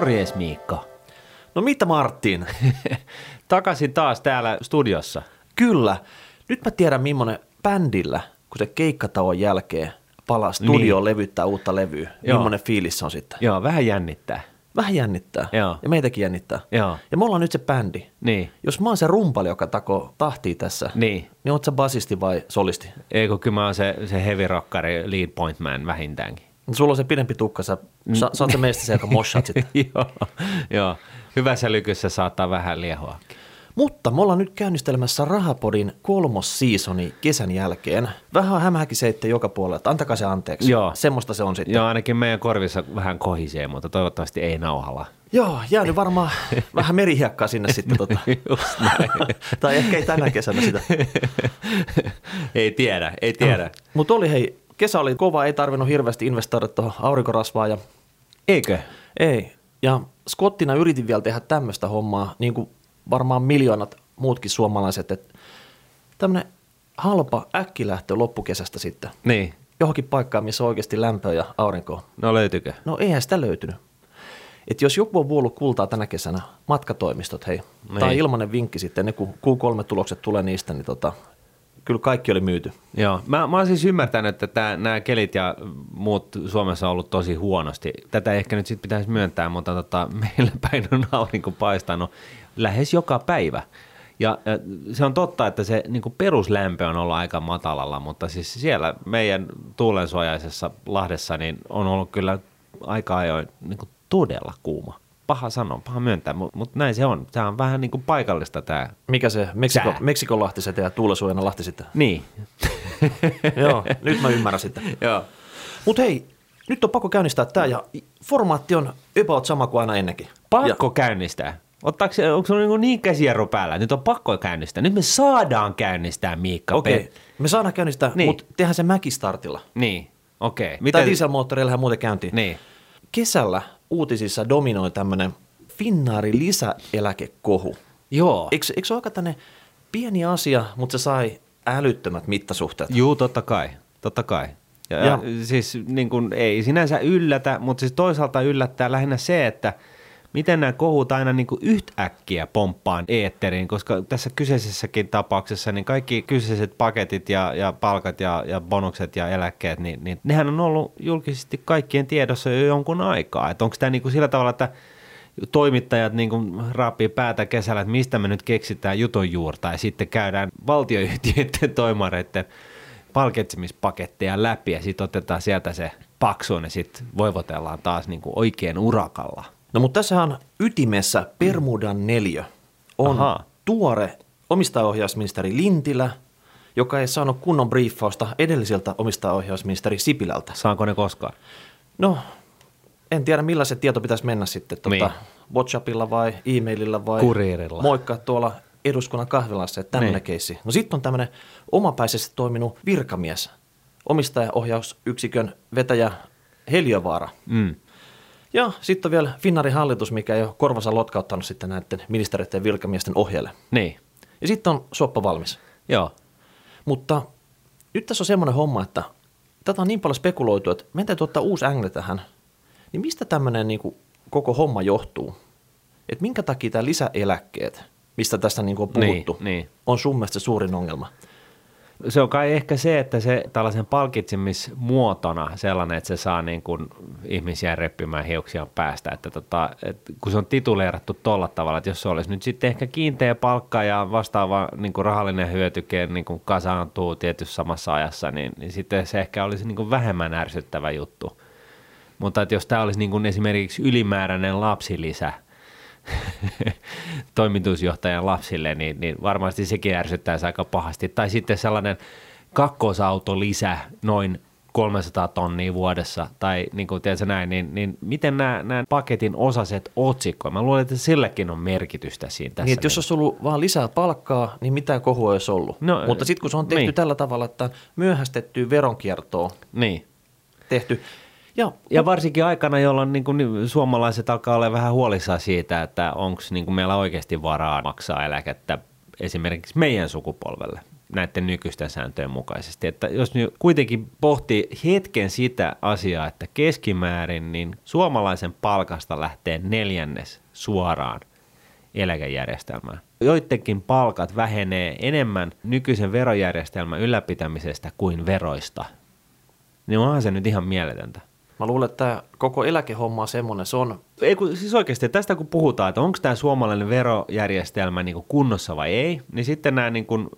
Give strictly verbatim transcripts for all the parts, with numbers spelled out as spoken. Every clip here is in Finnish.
Morjes Miikka. No mitä Martin? Takaisin taas täällä studiossa. Kyllä. Nyt mä tiedän millainen bändillä, kun se keikkatauon jälkeen palaa studioon niin. levyttää uutta levyä. Joo. Millainen fiilis se on sitten? Joo, vähän jännittää. Vähän jännittää. Joo. Ja meitäkin jännittää. Joo. Ja me ollaan nyt se bändi. Niin. Jos mä oon se rumpali, joka takoo tahtii tässä, niin, niin oot sä basisti vai solisti? Ei, kun kyllä mä oon se, se heavy rockari, lead point man vähintäänkin. Sulla on se pidempi tukka, sä, sä, sä oot se meistä se, joka moshat sitten. Joo, joo. Hyvässä lykyssä saattaa vähän liehoakin. Mutta me ollaan nyt käynnistelemässä Rahapodin kolmosseasoni kesän jälkeen. Vähän hämähäkiseitte joka puolella, että antakaa se anteeksi. Joo. Semmoista se on sitten. Joo, ainakin meidän korvissa vähän kohisee, mutta toivottavasti ei nauhalla. Joo, jäänyt varmaan vähän merihiekkaa sinne sitten. Tota. Just näin. Tai ehkä ei tänä kesänä sitä. Ei tiedä, ei tiedä. No, mutta oli hei, kesä oli kova, ei tarvinnut hirveästi investoida tuohon aurinkorasvaan. Ja... Eikö? Ei. Ja Scottina yritin vielä tehdä tämmöistä hommaa, niin kuin varmaan miljoonat muutkin suomalaiset, että tämmöinen halpa äkkilähtö loppukesästä sitten. Niin. Johonkin paikkaan, missä on oikeasti lämpöä ja aurinkoa. No löytyykö? No eihän sitä löytynyt. Että jos joku on vuollut kultaa tänä kesänä, matkatoimistot, hei, niin. Tai ilmainen vinkki sitten, ne kun Q kolme-tulokset tulee niistä, niin tota, kyllä kaikki oli myyty. Joo, mä, mä oon siis ymmärtänyt, että nämä kelit ja muut Suomessa on ollut tosi huonosti. Tätä ehkä nyt sitten pitäisi myöntää, mutta tota, meillä päin on aurinko paistanut lähes joka päivä. Ja, ja se on totta, että se niin kuin peruslämpö on ollut aika matalalla, mutta siis siellä meidän tuulensuojaisessa Lahdessa niin on ollut kyllä aika ajoin niin kuin todella kuuma. Paha sanoa, paha myöntää, mutta mut näin se on. Tämä on vähän niin kuin paikallista tämä. Mikä se Meksiko, Meksikon Lahti se tehdään tuulensuojana Lahti sitten? Niin. Joo, nyt mä ymmärrän sitä. Joo. Mutta hei, nyt on pakko käynnistää tämä ja formaatti on about sama kuin aina ennenkin. Pakko ja. käynnistää? Ottaako, onko se niin, niin käsijärru päällä? Nyt on pakko käynnistää. Nyt me saadaan käynnistää, Miikka. Okei, okay. Me saadaan käynnistää, niin. Mutta tehdään se mäkistartilla. Niin, okei. Okay. Tai dieselmoottoreillahan muuten käyntiin. Niin. Kesällä uutisissa dominoi tämmöinen Finnaarin lisäeläkekohu. Joo. Eikö, eikö se ole aika tänne pieni asia, mutta se sai älyttömät mittasuhteet? Juu, totta kai, totta kai. Ja, ja. Siis niin kuin, ei sinänsä yllätä, mutta siis toisaalta yllättää lähinnä se, että miten nämä kohut aina niin kuin yhtäkkiä pomppaan eetteriin, koska tässä kyseisessäkin tapauksessa niin kaikki kyseiset paketit ja, ja palkat ja, ja bonukset ja eläkkeet, niin, niin nehän on ollut julkisesti kaikkien tiedossa jo jonkun aikaa. Että onko tämä niin kuin sillä tavalla, että toimittajat niin kuin raapii päätä kesällä, että mistä me nyt keksitään jutun juurta ja sitten käydään valtioyhtiöiden toimareiden palkitsemispaketteja läpi ja sitten otetaan sieltä se paksuun ja sitten voivotellaan taas niin kuin oikein urakalla. No mutta tässähän ytimessä Bermudan neljä on Aha. tuore omistajaohjausministeri Lintilä, joka ei saanut kunnon briefausta edelliseltä omistajaohjausministeri Sipilältä. Saanko ne koskaan? No, en tiedä millä se tieto pitäisi mennä sitten, tuota, niin. WhatsAppilla vai e-maililla vai Kuriirilla. Moikka tuolla eduskunnan kahvilassa, että tämmöinen niin. keissi. No sitten on tämmöinen omapäisesti toiminut virkamies, omistajaohjausyksikön vetäjä Heliövaara. Mm. Ja sitten on vielä Finnaarin hallitus, mikä ei ole korvansa lotkauttanut sitten näiden ministeriöiden ja virkamiesten ohjeelle. Niin. Ja sitten on soppa valmis. Joo. Mutta nyt tässä on semmoinen homma, että tätä on niin paljon spekuloitu, että meidän täytyy ottaa uusi angle tähän. Niin mistä tämmöinen niin kuin koko homma johtuu? Että minkä takia tämä lisäeläkkeet, mistä tästä niin kuin on puhuttu, niin, niin. on sun mielestä se suurin ongelma? Se on kai ehkä se, että se tällaisen palkitsemismuotona sellainen, että se saa niin kuin ihmisiä reppimään hiuksiaan päästä, että tota, että kun se on tituleerattu tolla tavalla, että jos se olisi nyt sitten ehkä kiinteä palkka ja vastaava niin kuin rahallinen hyötyke niin kuin kasaantuu tietyssä samassa ajassa, niin, niin sitten se ehkä olisi niin kuin vähemmän ärsyttävä juttu. Mutta että jos tämä olisi niin kuin esimerkiksi ylimääräinen lapsilisä toimitusjohtajan lapsille, niin, niin varmasti sekin ärsyttäisi aika pahasti. Tai sitten sellainen kakkosautolisä noin kolmesataa tonnia vuodessa, tai niin kuin tiedätkö näin, niin, niin miten nämä, nämä paketin osaset otsikkoja? Mä luulen, että silläkin on merkitystä siinä tässä. Niin, että jos olisi ollut vaan lisää palkkaa, niin mitään kohua olisi ollut. No, mutta sitten kun se on tehty niin. tällä tavalla, että myöhästettyä veronkiertoa niin. tehty. Ja, ja varsinkin aikana, jolloin niin kuin suomalaiset alkaa olla vähän huolissaan siitä, että onko niin kuin meillä oikeasti varaa maksaa eläkettä esimerkiksi meidän sukupolvelle. näiden nykyisten sääntöjen mukaisesti. Että jos nyt kuitenkin pohtii hetken sitä asiaa, että keskimäärin niin suomalaisen palkasta lähtee neljännes suoraan eläkejärjestelmään. Joidenkin palkat vähenee enemmän nykyisen verojärjestelmän ylläpitämisestä kuin veroista. Niin onhan se nyt ihan mieletöntä. Mä luulen, että tämä koko eläkehomma on semmoinen, se on... Ei, kun, siis oikeasti tästä kun puhutaan, että onko tämä suomalainen verojärjestelmä niin kuin kunnossa vai ei, niin sitten nämä niin kuin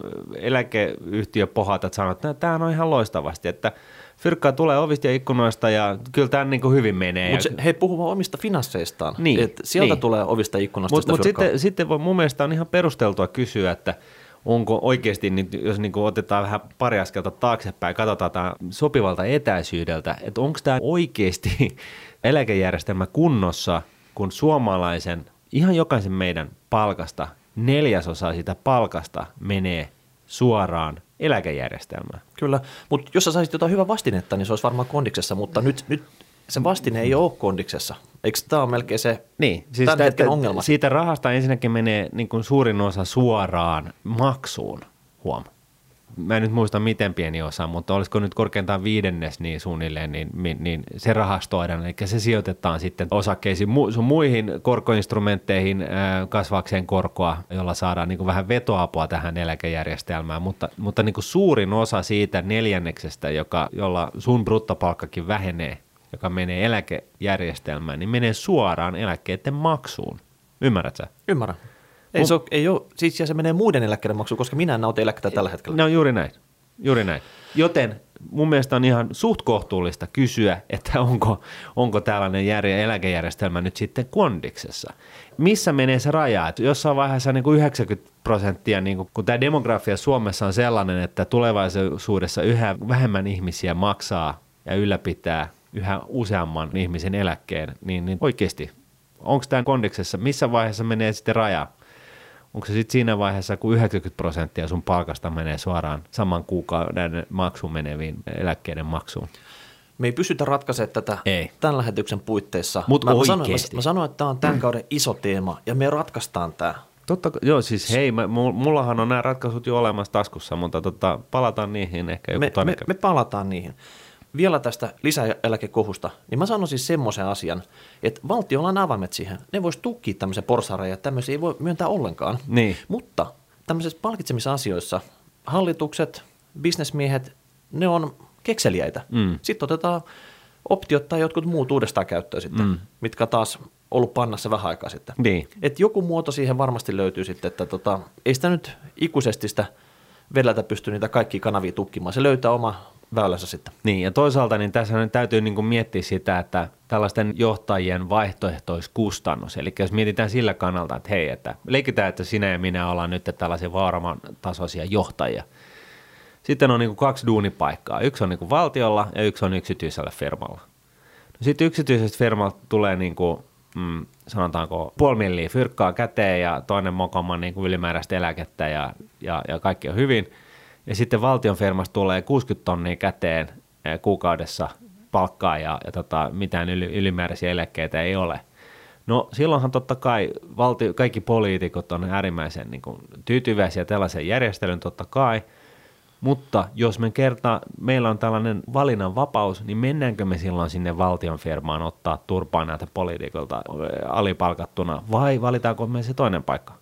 eläkeyhtiöpohatat sanoo, että tämä on ihan loistavasti, että fyrkkaa tulee ovista ja ikkunoista ja kyllä tämä niin kuin hyvin menee. Mutta he puhuvat omista finansseistaan, niin, että sieltä niin. tulee ovista ja ikkunoista Mutta sitä mut sitten, sitten mun mielestä on ihan perusteltua kysyä, että onko oikeasti, jos niin kuin otetaan vähän pari askelta taaksepäin ja katsotaan tämän sopivalta etäisyydeltä, että onko tämä oikeasti eläkejärjestelmä kunnossa, kun suomalaisen, ihan jokaisen meidän palkasta, neljäsosa siitä palkasta menee suoraan eläkejärjestelmään. Kyllä, mutta jos sä saisit jotain hyvää vastinetta, niin se olisi varmaan kondiksessa, mutta nyt, nyt se vastine ei ole kondiksessa. Eikö tämä ole melkein se niin, siis tämän hetken ongelma? Siitä rahasta ensinnäkin menee niin kuin suurin osa suoraan maksuun, huom. Mä en nyt muista miten pieni osa, mutta olisiko nyt korkeintaan viidennes niin suunnilleen, niin, niin se rahastoidaan, eli se sijoitetaan sitten osakkeisiin, sun muihin korkoinstrumentteihin kasvaakseen korkoa, jolla saadaan niin kuin vähän vetoapua tähän eläkejärjestelmään, mutta, mutta niin kuin suurin osa siitä neljänneksestä, joka, jolla sun bruttopalkkakin vähenee, joka menee eläkejärjestelmään, niin menee suoraan eläkkeiden maksuun. Ymmärrät sä? Ymmärrän. Ei, se ole, ei ole, siis se menee muiden eläkkeiden maksuun, koska minä en nauti eläkettä tällä hetkellä. No juuri näin, juuri näin. Joten mun mielestä on ihan suht kohtuullista kysyä, että onko, onko tällainen järje, eläkejärjestelmä nyt sitten kondiksessa. Missä menee se raja? Että jossain vaiheessa niin kuin yhdeksänkymmentä prosenttia, niin kuin, kun tämä demografia Suomessa on sellainen, että tulevaisuudessa yhä vähemmän ihmisiä maksaa ja ylläpitää yhä useamman ihmisen eläkkeen, niin, niin oikeasti, onko tämä kondiksessa, missä vaiheessa menee sitten raja? Onko se sitten siinä vaiheessa, kun yhdeksänkymmentä prosenttia sun palkasta menee suoraan saman kuukauden maksuun meneviin eläkkeiden maksuun? Me ei pystytä ratkaisemaan tätä ei. tämän lähetyksen puitteissa. Mutta oikeasti. Mä, mä, mä sanoin, että tämä on tämän kauden iso teema ja me ratkaistaan tämä. Totta, joo, siis hei, mä, mullahan on nämä ratkaisut jo olemassa taskussa, mutta tota, palataan niihin ehkä joku me, toinen. Me, me palataan niihin. Vielä tästä lisäeläkekohusta, niin mä sanon siis semmoisen asian, että valtiolla on avaimet siihen. Ne vois tukkia tämmöisen porsareja, että tämmöisiä ei voi myöntää ollenkaan. Niin. Mutta tämmöisissä palkitsemisasioissa hallitukset, bisnesmiehet, ne on kekseliäitä. Mm. Sitten otetaan optiot tai jotkut muut uudestaan käyttöön sitten, mm. mitkä taas ollut pannassa vähän aikaa sitten. Niin. Että joku muoto siihen varmasti löytyy sitten, että tota, ei sitä nyt ikuisesti sitä vedeltä pysty niitä kaikkia kanavia tukkimaan. Se löytää oma väylänsä sitten. Niin, ja toisaalta niin tässä nyt täytyy niin kuin miettiä sitä, että tällaisten johtajien vaihtoehtoiskustannus, eli jos mietitään sillä kannalta, että hei, että leikitään, että sinä ja minä ollaan nyt tällaisia vaaraman tasoisia johtajia. Sitten on niin kuin kaksi duunipaikkaa. Yksi on niin kuin valtiolla ja yksi on yksityisellä firmalla. No sitten yksityisestä firmalta tulee niin kuin, mm, sanotaanko puoli milliä fyrkkaa käteen ja toinen mokoman niin kuin ylimääräistä eläkettä ja, ja, ja kaikki on hyvin. Ja sitten valtion firmasta tulee kuusikymmentä tonnia käteen kuukaudessa palkkaa ja, ja tota, mitään yli, ylimääräisiä eläkkeitä ei ole. No silloinhan totta kai valtio, kaikki poliitikot on äärimmäisen niin kuin, tyytyväisiä tällaisen järjestelyn totta kai, mutta jos me kertaa, meillä on tällainen valinnanvapaus, niin mennäänkö me silloin sinne valtion firmaan ottaa turpaa näitä poliitikolta alipalkattuna vai valitaanko me se toinen paikka?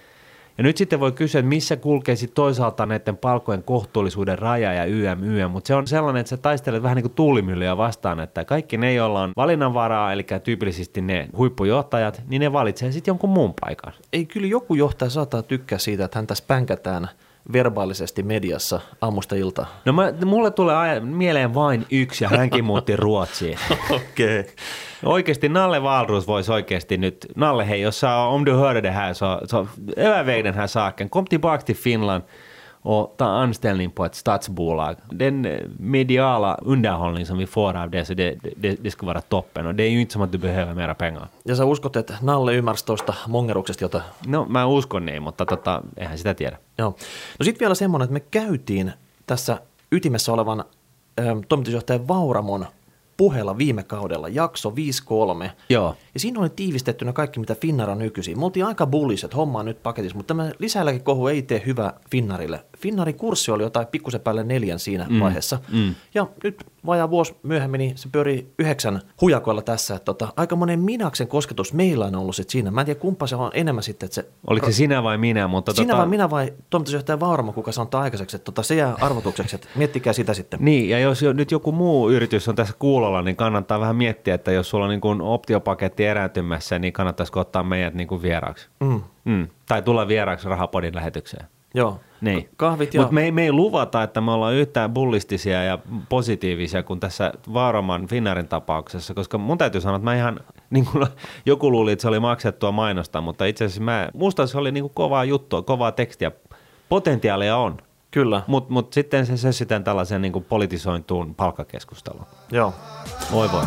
Ja nyt sitten voi kysyä, että missä kulkee sitten toisaalta näiden palkojen kohtuullisuuden raja ja ym, ym, mutta se on sellainen, että sä taistelet vähän niin kuin tuulimyllyjä vastaan, että kaikki ne, joilla on valinnanvaraa, eli tyypillisesti ne huippujohtajat, niin ne valitsee sitten jonkun muun paikan. Ei, kyllä joku johtaja saattaa tykkää siitä, että hän tässä pänkätään verbaalisesti mediassa aamusta iltaan. No mä, mulle tulee aja, mieleen vain yksi ja hänkin muutti Ruotsiin. Okei. Okay. Oikeasti Nalle Wahlroos voisi oikeasti nyt, Nalle hej, jos sa, om du hörde det här så, så överväg den här saken. Kom tillbaka till Finland och ta anställning på ett statsbolag. Den mediala underhållning som vi får av det, så det, det, det ska vara toppen. Och det är ju inte som att du behöver mera pengar. Ja sä uskot, että Nalle ymmärsi tuosta mongeruksesta jotain? No mä uskon niin, mutta tota, eihän sitä tiedä. Joo. No sitten vielä semmoinen, että me käytiin tässä ytimessä olevan ö, toimitusjohtajan Vauramon puheella viime kaudella, jakso viisi kolme. Joo. Ja siinä oli tiivistettynä kaikki, mitä Finnair on nykyisin. Me oltiin aika bullish, että homma on nyt paketissa, mutta tämä lisäeläkekohu ei tee hyvä Finnairille. Finnairin kurssi oli jotain pikkusen päälle neljän siinä Mm, vaiheessa. mm. Ja nyt vajaa vuosi myöhemmin niin se pyörii yhdeksän hujakoilla tässä. Että tota, aika monen minaksen kosketus meillä on ollut sit siinä. Mä en tiedä kumpa se on enemmän sitten. Että se, Oliko se sinä vai minä? Mutta sinä tota... vai minä vai toimitusjohtaja Vauramo, kuka sanoo aikaiseksi. Että tota, se jää arvotukseksi. Että miettikää sitä sitten. Niin, ja jos jo, nyt joku muu yritys on tässä kuulolla, niin kannattaa vähän miettiä, että jos sulla on niin kuin optiopaketti erääntymässä, niin kannattaisiko ottaa meidät niin kuin vieraaksi. Mm. Mm. Tai tulla vieraaksi Rahapodin lähetykseen. Joo, Niin. kahvit ja... Mutta me, ei- me ei luvata, että me ollaan yhtään bullistisia ja positiivisia kuin tässä Vauraman Finnairin tapauksessa, koska mun täytyy sanoa, että mä ihan, niin kuin joku luuli, että se oli maksettua mainosta, mutta itse asiassa mä, musta se oli niin kuin kovaa juttua, kovaa tekstiä, potentiaalia on, Kyllä, mutta mut sitten se sössitään tällaisen niin kuin politisointuun palkkakeskusteluun. joo. Voi voi.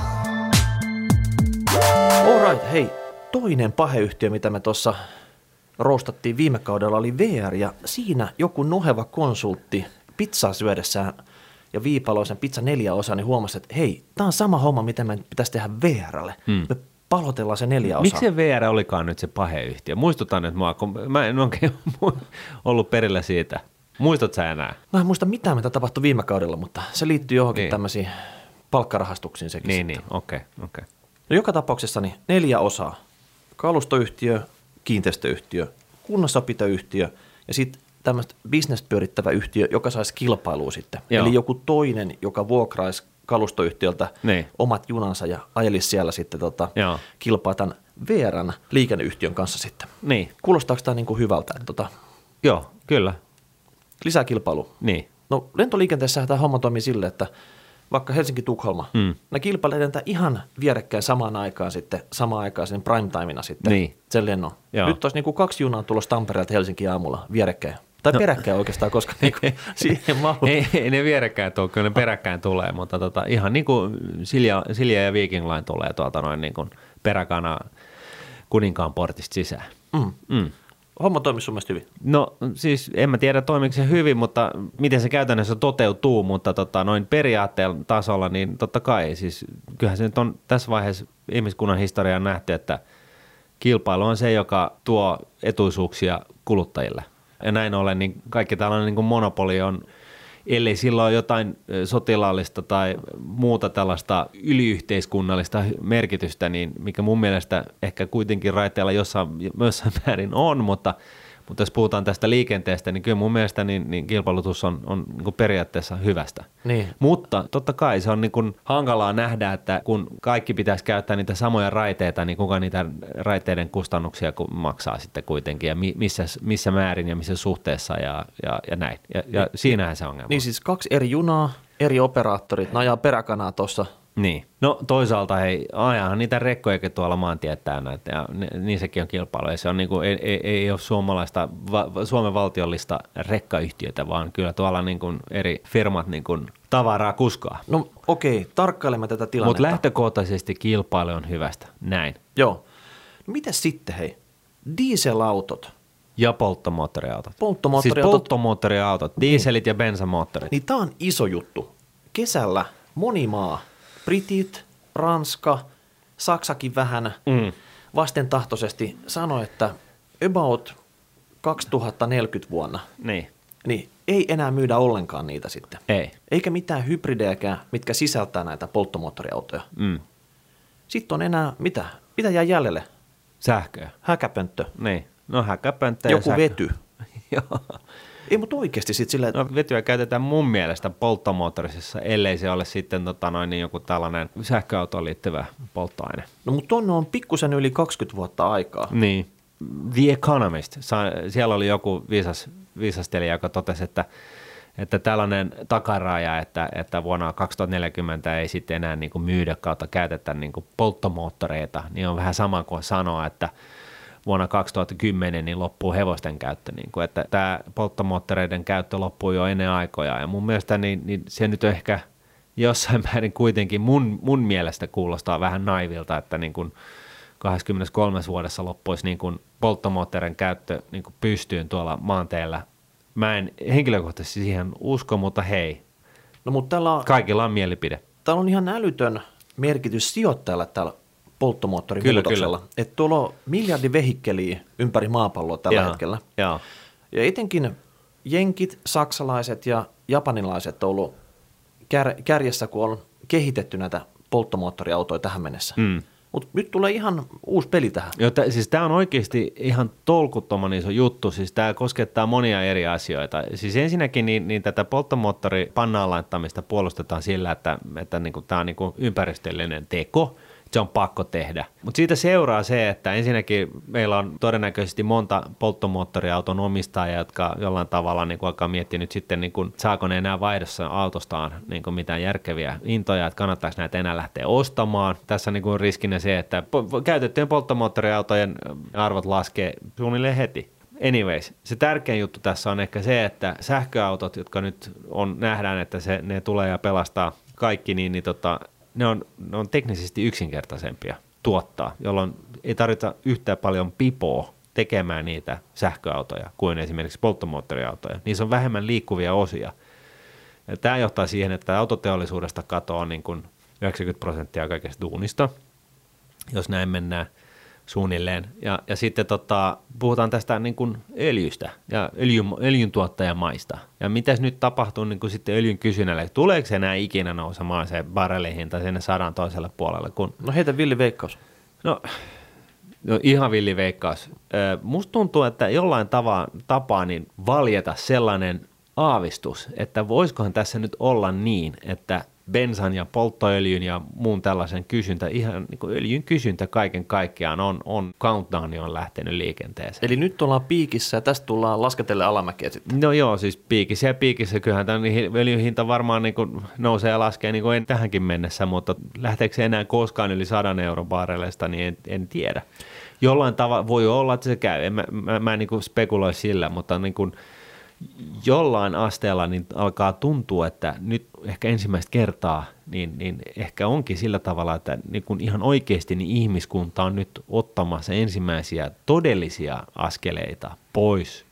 All right, hei, toinen paheyhtiö, mitä me tuossa roostattiin viime kaudella, oli V R, ja siinä joku noheva konsultti pizzaa syödessään ja viipaloisen pizza neljä osaa, niin huomasi, että hei, tämä on sama homma, mitä me pitäisi tehdä V R:lle. Hmm. Me palotellaan se neljä osaa. Miksi se V R olikaan nyt se paheyhtiö? Muistutan nyt mua, kun mä en oikein ollut perillä siitä. Muistat sä enää? Mä en muista mitään, mitä tapahtui viime kaudella, mutta se liittyy johonkin Niin. tämmöisiin palkkarahastuksiin sekin. Niin, sitten. niin, okei, okay, okei. Okay. No joka tapauksessa niin neljä osaa. Kalustoyhtiö, kiinteistöyhtiö, kunnossapitoyhtiö ja sitten tämmöistä business pyörittävä yhtiö, joka saisi kilpailua sitten. Joo. Eli joku toinen, joka vuokraisi kalustoyhtiöltä Niin. omat junansa ja ajelisi siellä sitten tota, Joo. kilpaa tämän V R:n liikenneyhtiön kanssa sitten. Niin, Kuulostaako tämä niinku hyvältä? Että tota, joo, kyllä, lisää kilpailua. niin. No lentoliikenteessä tämä homma toimii silleen, että vaikka Helsinki-Tukholma, Mm. ne kilpailevat ihan vierekkäin samaan aikaan sitten, samaan aikaan sen prime timena sitten Niin. sen lennon. Joo. Nyt olisi niinku kaksi junaa tulossa Tampereelta Helsinkiin aamulla vierekkäin. Tai no. peräkkäin oikeastaan, koska niinku siihen mahtuu. Ei, ei ne vierekkäin tule, kyllä ne peräkkäin tulee, mutta tota, ihan niin kuin Silja, Silja ja Viking Line tulee tuolta noin niin kuin peräkana Kuninkaan portista sisään. Mm. Mm. Homma toimii sun mielestä hyvin. No siis en mä tiedä toimiko se hyvin, mutta miten se käytännössä toteutuu, mutta tota, noin periaatteen tasolla, niin totta kai, siis kyllähän se nyt on tässä vaiheessa ihmiskunnan historiaa nähty, että kilpailu on se, joka tuo etuisuuksia kuluttajille. Ja näin ollen, niin kaikki tällainen niin kuin monopoli on, ellei sillä ole jotain sotilaallista tai muuta tällaista yliyhteiskunnallista merkitystä, niin mikä mun mielestä ehkä kuitenkin raiteella jossain, jossain määrin on, mutta, mutta jos puhutaan tästä liikenteestä, niin kyllä mun mielestä niin, niin kilpailutus on, on niin kuin periaatteessa hyvästä. Niin. Mutta totta kai se on niin kuin hankalaa nähdä, että kun kaikki pitäisi käyttää niitä samoja raiteita, niin kuka niitä raiteiden kustannuksia maksaa sitten kuitenkin ja missä, missä määrin ja missä suhteessa ja, ja, ja näin. Ja, ja siinähän se ongelma. Niin siis kaksi eri junaa, eri operaattorit, ne ajaa peräkanaa tuossa. Niin. No toisaalta hei, ajahan niitä rekkojakin tuolla maantietä täynnä, ja niissäkin on kilpailu. Ja se on niin kuin, ei, ei, ei ole suomalaista, va, Suomen valtiollista rekkayhtiötä, vaan kyllä tuolla niin kuin eri firmat niin kuin tavaraa kuskaa. No okei, tarkkailemme tätä tilannetta. Mutta lähtökohtaisesti kilpailu on hyvästä, näin. Joo. No mitäs sitten hei? Dieselautot. Ja polttomoottoriautot. Polttomoottoriautot. Siis polttomoottoriautot, dieselit ja bensamoottorit. Niin tämä on iso juttu. Kesällä moni maa, Britit, Ranska, Saksakin vähän Mm. vastentahtoisesti sanoi, että about kaksituhattaneljäkymmentä vuonna Niin. niin ei enää myydä ollenkaan niitä sitten. Ei. Eikä mitään hybridejäkään, mitkä sisältää näitä polttomoottoriautoja. Mm. Sitten on enää, mitä? Mitä jää jäljelle? Sähköä. Häkäpönttö. Niin. No häkäpönttö ja Joku sähkö. vety. Joo. Ei, mutta oikeasti sitten silleen, No vetyä käytetään mun mielestä polttomoottorisessa, ellei se ole sitten tota noin, niin joku tällainen sähköautoon liittyvä polttoaine. no mutta tonne on pikkusen yli kaksikymmentä vuotta aikaa. Niin. The Economist, sa- siellä oli joku viisas, viisastelija, joka totesi, että, että tällainen takaraja, että, että vuonna kaksituhattaneljäkymmentä ei sitten enää niin kuin myydä kautta käytetä niin kuin polttomoottoreita, niin on vähän sama kuin sanoa, että vuonna kaksituhattakymmenen niin loppuu hevosten käyttö, niin kuin, että tämä polttomoottoreiden käyttö loppuu jo ennen aikoja, ja mun mielestä niin, niin se nyt ehkä jossain määrin kuitenkin mun, mun mielestä kuulostaa vähän naivilta, että niin kuin kaksikymmentäkolme vuodessa loppuisi niin kuin polttomoottoreiden käyttö niin kuin pystyyn tuolla maanteillä. Mä en henkilökohtaisesti siihen usko, mutta hei, No mutta täällä on, kaikilla on mielipide. täällä on ihan älytön merkitys sijoittajalle täällä polttomoottorin Kyllä, muutoksella. Että tuolla on miljardi vehikkeliä ympäri maapalloa tällä Joo, hetkellä. Joo. Ja etenkin jenkit, saksalaiset ja japanilaiset on ollut kär, kärjessä, kun on kehitetty näitä polttomoottoriautoja tähän mennessä. Mm. Mutta nyt tulee ihan uusi peli tähän. Joo, t- siis tämä on oikeasti ihan tolkuttoman iso juttu. Siis tämä koskettaa monia eri asioita. Siis ensinnäkin niin, niin tätä polttomoottori pannaan laittamista puolustetaan sillä, että, että niinku, tämä on niinku ympäristöllinen teko. Se on pakko tehdä. Mutta siitä seuraa se, että ensinnäkin meillä on todennäköisesti monta polttomoottoriauton omistajaa, jotka jollain tavalla niin kuin alkaa miettiä nyt sitten, niin kuin, saako ne enää vaihdossa autostaan niin kuin mitään järkeviä hintoja, että kannattaako näitä enää lähteä ostamaan. Tässä niin kuin on riskinä se, että po- käytettyjen polttomoottoriautojen arvot laskee suunnilleen heti. Anyways, se tärkein juttu tässä on ehkä se, että sähköautot, jotka nyt on, nähdään, että se, ne tulee ja pelastaa kaikki, niin, niin tota, Ne on, ne on teknisesti yksinkertaisempia tuottaa, jolloin ei tarvita yhtään paljon pipoa tekemään niitä sähköautoja kuin esimerkiksi polttomoottoriautoja. Niissä on vähemmän liikkuvia osia. Ja tämä johtaa siihen, että autoteollisuudesta katoaa niin kuin yhdeksänkymmentä prosenttia kaikesta duunista, jos näin mennään suunnilleen. Ja, ja sitten tota, puhutaan tästä niin kuin öljystä ja öljyn, öljyntuottajamaista. Ja mitäs nyt tapahtuu niin kuin sitten öljyn kysynnälle? Tuleeko se enää ikinä nousemaan se barrelihinta sinne sadan toiselle puolelle? Kun... No heitä villi veikkaus. No, no ihan villi veikkaus. Musta tuntuu, että jollain tava, tapaa niin valjeta sellainen aavistus, että voisikohan tässä nyt olla niin, että bensan ja polttoöljyn ja muun tällaisen kysyntä, ihan niin kuin öljyn kysyntä kaiken kaikkiaan on, on countdowni on lähtenyt liikenteeseen. Eli nyt ollaan piikissä ja tästä tullaan lasketelle alamäkeä sitten. No joo, siis piikissä ja piikissä. Kyllähän tämän öljyn hinta varmaan niin kuin nousee ja laskee niin kuin en tähänkin mennessä, mutta lähteekö se enää koskaan yli sadan euron barrelista, niin en, en tiedä. Jollain tavalla voi olla, että se käy. En, mä mä, mä en niin kuin spekuloi sillä, mutta niin kuin jollain asteella niin alkaa tuntua, että nyt ehkä ensimmäistä kertaa niin, niin ehkä onkin sillä tavalla, että niin kun ihan oikeasti niin ihmiskunta on nyt ottamassa ensimmäisiä todellisia askeleita pois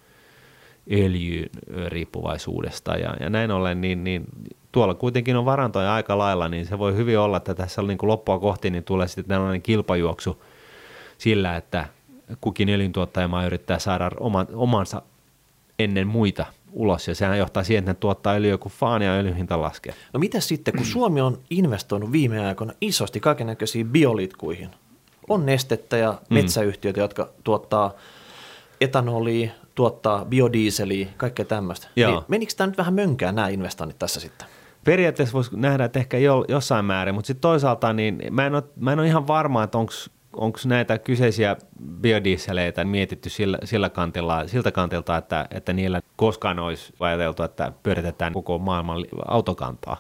öljyn riippuvaisuudesta ja, ja näin ollen, niin, niin tuolla kuitenkin on varantoja aika lailla, niin se voi hyvin olla, että tässä niin kuin loppua kohti niin tulee sitten tällainen kilpajuoksu sillä, että kukin öljyntuottajamaa yrittää saada oman, omansa ennen muita ulos, ja sehän johtaa siihen, että ne tuottaa öljyä kuin faan ja öljyn hinta laskee. No mitä sitten, kun Suomi on investoinut viime aikoina isosti kaikennäköisiin biolitkuihin? On nestettä ja metsäyhtiöitä, jotka tuottaa etanolia, tuottaa biodieseliä, kaikkea tämmöistä. Niin menikö tämä nyt vähän mönkään nämä investoinnit tässä sitten? Periaatteessa voisi nähdä, että ehkä jo, jossain määrin, mutta sitten toisaalta niin mä en ole, mä en ole ihan varma, että onko onko näitä kyseisiä biodieseleitä mietitty sillä, sillä kantilla, siltä kantilta, että, että niillä koskaan olisi ajateltu, että pyöritetään koko maailman autokantaa.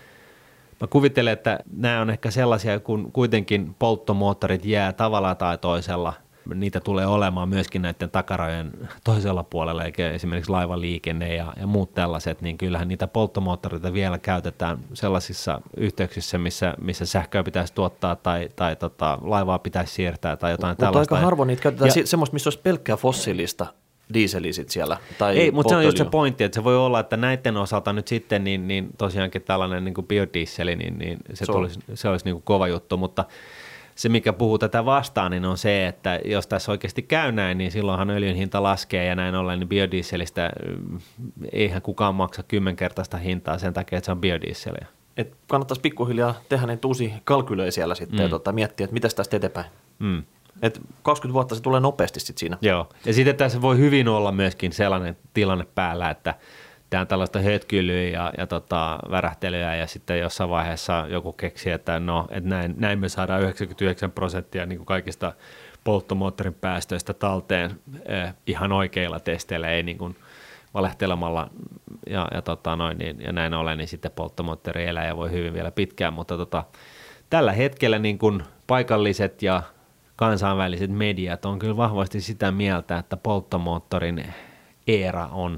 Mä kuvittelen, että nämä on ehkä sellaisia, kun kuitenkin polttomoottorit jää tavalla tai toisella. Niitä tulee olemaan myöskin näiden takarajojen toisella puolella, eikä esimerkiksi laivaliikenne ja, ja muut tällaiset, niin kyllähän niitä polttomoottoreita vielä käytetään sellaisissa yhteyksissä, missä, missä sähköä pitäisi tuottaa tai, tai tota, laivaa pitäisi siirtää tai jotain mutta tällaista. Mutta aika harvoin niitä käytetään ja, semmoista, missä olisi pelkkää fossiilista diiseliä sit siellä. Tai ei, mutta se on just se pointti, että se voi olla, että näiden osalta nyt sitten niin, niin tosiaankin tällainen niin kuin biodieseli, niin, niin se, se, tulisi, se olisi niin kuin kova juttu, mutta se, mikä puhuu tätä vastaan, niin on se, että jos tässä oikeasti käy näin, niin silloinhan öljyn hinta laskee ja näin ollen niin biodieselistä eihän kukaan maksa kymmenkertaista hintaa sen takia, että se on biodieseliä. Et kannattaisi pikkuhiljaa tehdä näitä uusia kalkylöjä siellä sitten mm. ja tota, miettiä, että mitäs tästä eteenpäin. Mm. Et kaksikymmentä vuotta se tulee nopeasti sitten siinä. Joo, ja sitten tässä voi hyvin olla myöskin sellainen tilanne päällä, että tämä on tällaista hötkylyä ja, ja tota, värähtelyä ja sitten jossain vaiheessa joku keksii, että no, et näin, näin me saadaan yhdeksänkymmentäyhdeksän prosenttia niin kuin kaikista polttomoottorin päästöistä talteen eh, ihan oikeilla testeillä, ei niin kuin valehtelemalla ja, ja, tota, noin, niin, ja näin ollen, niin sitten polttomoottori elää ja voi hyvin vielä pitkään, mutta tota, tällä hetkellä niin kuin paikalliset ja kansainväliset mediat on kyllä vahvasti sitä mieltä, että polttomoottorin eera on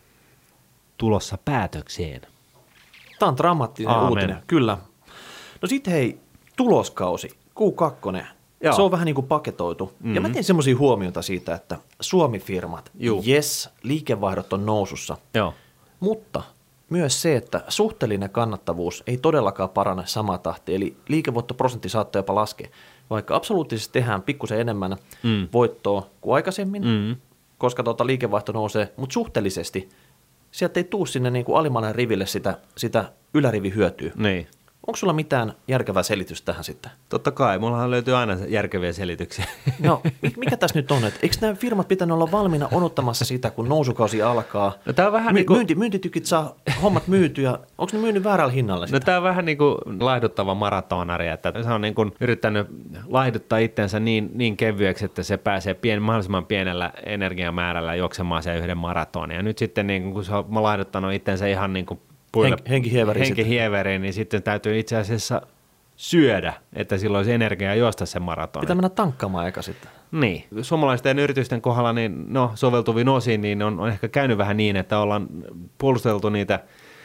tulossa päätökseen. Tämä on dramaattinen Aamen. uutinen, kyllä. No sitten hei, tuloskausi, Q kaksi, Joo. se on vähän niin kuin paketoitu. Mm-hmm. Ja mä tein semmoisia huomioita siitä, että Suomi-firmat, Juh. yes, liikevaihdot on nousussa, Joo. mutta myös se, että suhteellinen kannattavuus ei todellakaan parane samaa tahtia, eli liikevoittoprosentti saattaa jopa laskea, vaikka absoluuttisesti tehdään pikkusen enemmän mm. voittoa kuin aikaisemmin, mm. koska tuota liikevaihto nousee, mutta suhteellisesti sieltä ei tuu sinne niin kuin alimmalle riville sitä, sitä ylärivihyötyä. Niin. Onko sulla mitään järkevää selitystä tähän sitten? Totta kai, mullahan löytyy aina järkeviä selityksiä. No, mikä tässä nyt on? Eikö nämä firmat pitänyt olla valmiina odottamassa sitä, kun nousukausi alkaa? No, tää on vähän My- niin kuin... myynti, myyntitykit saa hommat myytyä. Onko ne myynyt väärällä hinnalla sitä? No tämä on vähän niin kuin laihduttava maratonari, että se on niin kuin yrittänyt laihduttaa itsensä niin, niin kevyeksi, että se pääsee pien, mahdollisimman pienellä energiamäärällä juoksemaan sen yhden maratonin. Ja nyt sitten niin kun se on laihduttanut itsensä ihan niin kuin puille, Henk, henkihieveriin. henkihieveriin, niin sitten täytyy itse asiassa syödä, että silloin olisi energiaa juosta sen maratonin. Pitää mennä tankkaamaan eka sitten. Niin. Suomalaisten yritysten kohdalla niin, no, soveltuvin osin niin on, on ehkä käynyt vähän niin, että ollaan puolusteltu niitä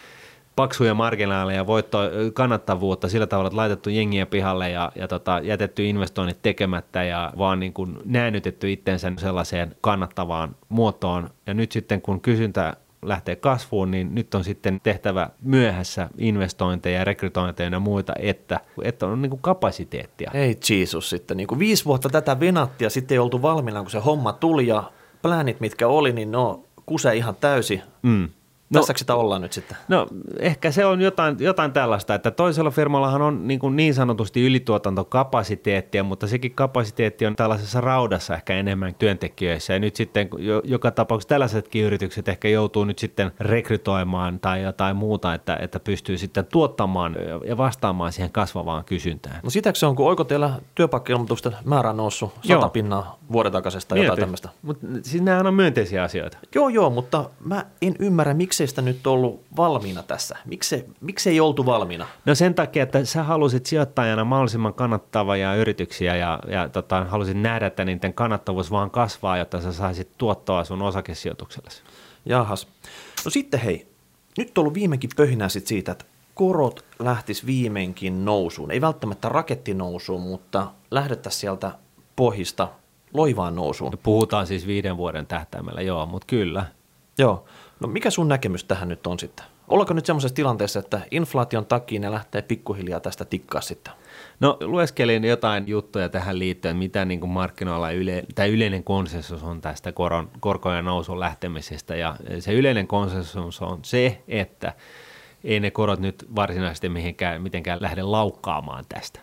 paksuja marginaaleja, voitto, kannattavuutta sillä tavalla, että laitettu jengiä pihalle ja, ja tota, jätetty investoinnit tekemättä ja vaan niin kuin näännytetty itsensä sellaiseen kannattavaan muotoon. Ja nyt sitten kun kysyntä lähtee kasvuun, niin nyt on sitten tehtävä myöhässä investointeja, rekrytointeja ja muita, että, että on niin kuin kapasiteettia. Ei Jeesus sitten. Niin kuin viisi vuotta tätä venattia, sitten ei oltu valmiina, kun se homma tuli ja plänit, mitkä oli, niin no kuse ihan täysi. Mm. No, tässäkö sitä ollaan nyt sitten? No ehkä se on jotain, jotain tällaista, että toisella firmallahan on niin, kuin niin sanotusti ylituotantokapasiteettia, mutta sekin kapasiteetti on tällaisessa raudassa ehkä enemmän työntekijöissä. Ja nyt sitten joka tapauksessa tällaisetkin yritykset ehkä joutuu nyt sitten rekrytoimaan tai jotain muuta, että, että pystyy sitten tuottamaan ja vastaamaan siihen kasvavaan kysyntään. No sitäkö se on, kun oiko teillä työpaikka-ilmoitusten määrä on noussut sata pinnaa vuoden takaisesta tai jotain tämmöistä? Mutta siis nämähän on myönteisiä asioita. Joo, joo, mutta mä en ymmärrä, miksi sitä nyt ollut valmiina tässä? Miksi, miksi ei oltu valmiina? No sen takia, että sä halusit sijoittajana mahdollisimman kannattavia yrityksiä ja, ja tota, halusit nähdä, että niiden kannattavuus vaan kasvaa, jotta sä saisit tuottoa sun osakesijoituksellesi. Jahas. No sitten hei, nyt on ollut viimeinkin pöhinää sit siitä, että korot lähtis viimeinkin nousuun. Ei välttämättä rakettinousuun, mutta lähdettäisiin sieltä pohjista loivaan nousuun. Puhutaan siis viiden vuoden tähtäimellä, joo, mutta kyllä. Joo. No mikä sun näkemys tähän nyt on sitten? Ollaanko nyt semmoisessa tilanteessa, että inflaation takia ne lähtee pikkuhiljaa tästä tikkaa sitten? No lueskelin jotain juttuja tähän liittyen, mitä niin kuin markkinoilla yle, tai yleinen konsensus on tästä koron, korkojen nousun lähtemisestä. Ja se yleinen konsensus on se, että ei ne korot nyt varsinaisesti mihinkään, mitenkään lähde laukkaamaan tästä.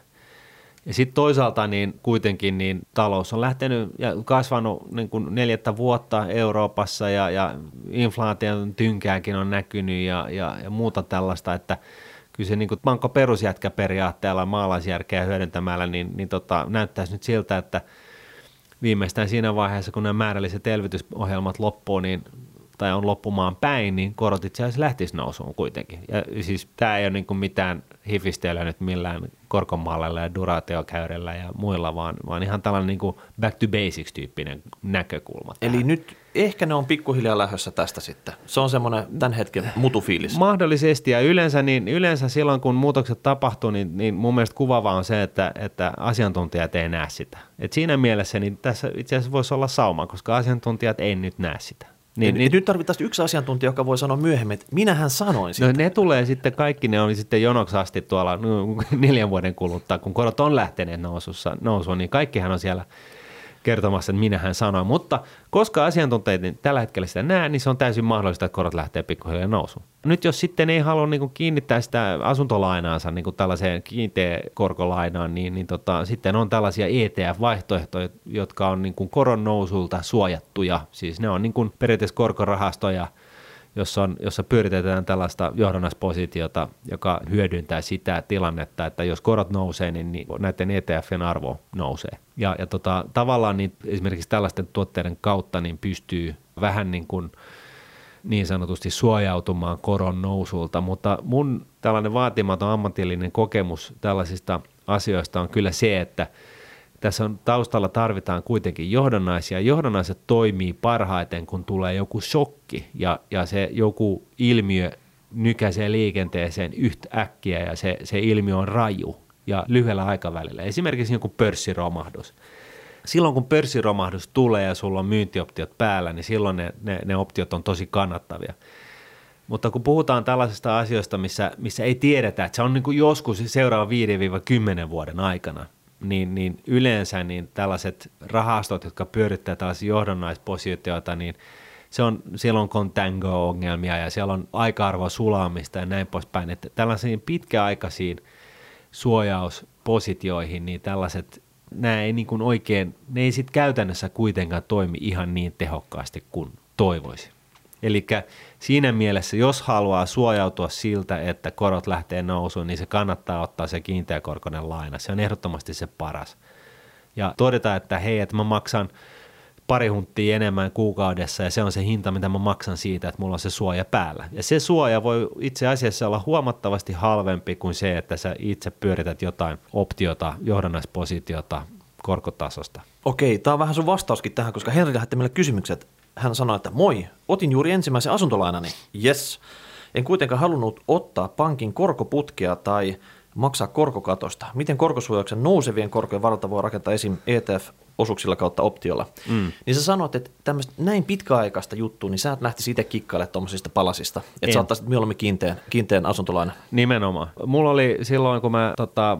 Ja sitten toisaalta niin kuitenkin niin talous on lähtenyt ja kasvanut niin kuin neljättä vuotta Euroopassa ja, ja inflaation tynkääkin on näkynyt ja, ja, ja muuta tällaista, että kyllä se niin kuin vankka perusjätkäperiaatteella maalaisjärkeä hyödyntämällä niin, niin tota, näyttäisi nyt siltä, että viimeistään siinä vaiheessa, kun nämä määrälliset elvytysohjelmat loppuu, niin tai on loppumaan päin, niin korot itse asiassa lähtisi nousuun kuitenkin. Ja siis tämä ei ole niin kuin mitään hifistelyä nyt millään korkomallilla ja duraatiokäyrillä ja muilla, vaan, vaan ihan tällainen niin kuin back to basics-tyyppinen näkökulma. Eli tähän. Nyt ehkä ne on pikkuhiljaa lähdössä tästä sitten. Se on semmoinen tämän hetken mutufiilis. Mahdollisesti, ja yleensä, niin, yleensä silloin, kun muutokset tapahtuu, niin, niin mun mielestä kuvaavaa on se, että, että asiantuntijat ei näe sitä. Et siinä mielessä niin tässä itse asiassa voisi olla sauma, koska asiantuntijat ei nyt näe sitä. Niin, niin, nyt tarvitaan yksi asiantuntija, joka voi sanoa myöhemmin, että minähän sanoin sitä. No ne tulee sitten, kaikki ne oli sitten jonoksi asti tuolla neljän vuoden kuluttua, kun korot on lähteneet nousussa, nousuun, niin kaikkihan on siellä kertomassa, että minähän sanoin. Mutta koska asiantuntijat tällä hetkellä sitä näe, niin se on täysin mahdollista, että korot lähtee pikkuhiljaa nousuun. Nyt jos sitten ei halua niin kuin kiinnittää sitä asuntolainaansa niin kuin tällaiseen kiinteä korkolainaan, niin, niin tota, sitten on tällaisia E T F-vaihtoehtoja, jotka on niin kuin koron nousulta suojattuja. Siis ne on niin kuin periaatteessa korkorahastoja, jossa, on, jossa pyöritetään tällaista johdannaispositiota, joka hyödyntää sitä tilannetta, että jos korot nousee, niin, niin näiden E T F:n arvo nousee. Ja, ja tota, tavallaan niin esimerkiksi tällaisten tuotteiden kautta niin pystyy vähän niin kuin niin sanotusti suojautumaan koron nousulta, mutta mun tällainen vaatimaton ammatillinen kokemus tällaisista asioista on kyllä se, että tässä on taustalla tarvitaan kuitenkin johdannaisia. Johdannaiset toimii parhaiten, kun tulee joku shokki ja, ja se joku ilmiö nykäisee liikenteeseen yhtäkkiä ja se, se ilmiö on raju ja lyhyellä aikavälillä. Esimerkiksi joku pörssiromahdus. Silloin kun pörssiromahdus tulee ja sulla on myyntioptiot päällä, niin silloin ne, ne, ne optiot on tosi kannattavia. Mutta kun puhutaan tällaisista asioista, missä, missä ei tiedetä, että se on niin kuin joskus seuraavan viiden kymmenen vuoden aikana, Niin, niin yleensä niin tällaiset rahastot, jotka pyörittää tällaisia johdannaispositioita, niin se on, siellä on contango-ongelmia ja siellä on aika-arvoa sulaamista ja näin poispäin. Että tällaisiin pitkäaikaisiin suojauspositioihin, niin tällaiset, nämä ei niin kuin oikein, ne ei sitten käytännössä kuitenkaan toimi ihan niin tehokkaasti kuin toivoisi. Eli siinä mielessä, jos haluaa suojautua siltä, että korot lähtee nousuun, niin se kannattaa ottaa se kiinteäkorkoinen laina. Se on ehdottomasti se paras. Ja todeta, että hei, että mä maksan pari hunttia enemmän kuukaudessa ja se on se hinta, mitä mä maksan siitä, että mulla on se suoja päällä. Ja se suoja voi itse asiassa olla huomattavasti halvempi kuin se, että sä itse pyörität jotain optiota, johdannaispositiota korkotasosta. Okei, tämä on vähän sun vastauskin tähän, koska Henri lähetti meille kysymykset. Hän sanoi, että moi, otin juuri ensimmäisen asuntolainani. Yes. En kuitenkaan halunnut ottaa pankin korkoputkea tai maksaa korkokatosta. Miten korkosuojauksen nousevien korkojen varalta voi rakentaa esim. E T F-osuuksilla kautta optiolla? Mm. Niin sä sanoit, että tämmöistä näin pitkäaikaista juttua, niin sä et lähtisi itse kikkailemaan tuommoisista palasista. Että sä ottaisit mieluummin kiinteän, kiinteän asuntolainan. Nimenomaan. Mulla oli silloin, kun mä tota,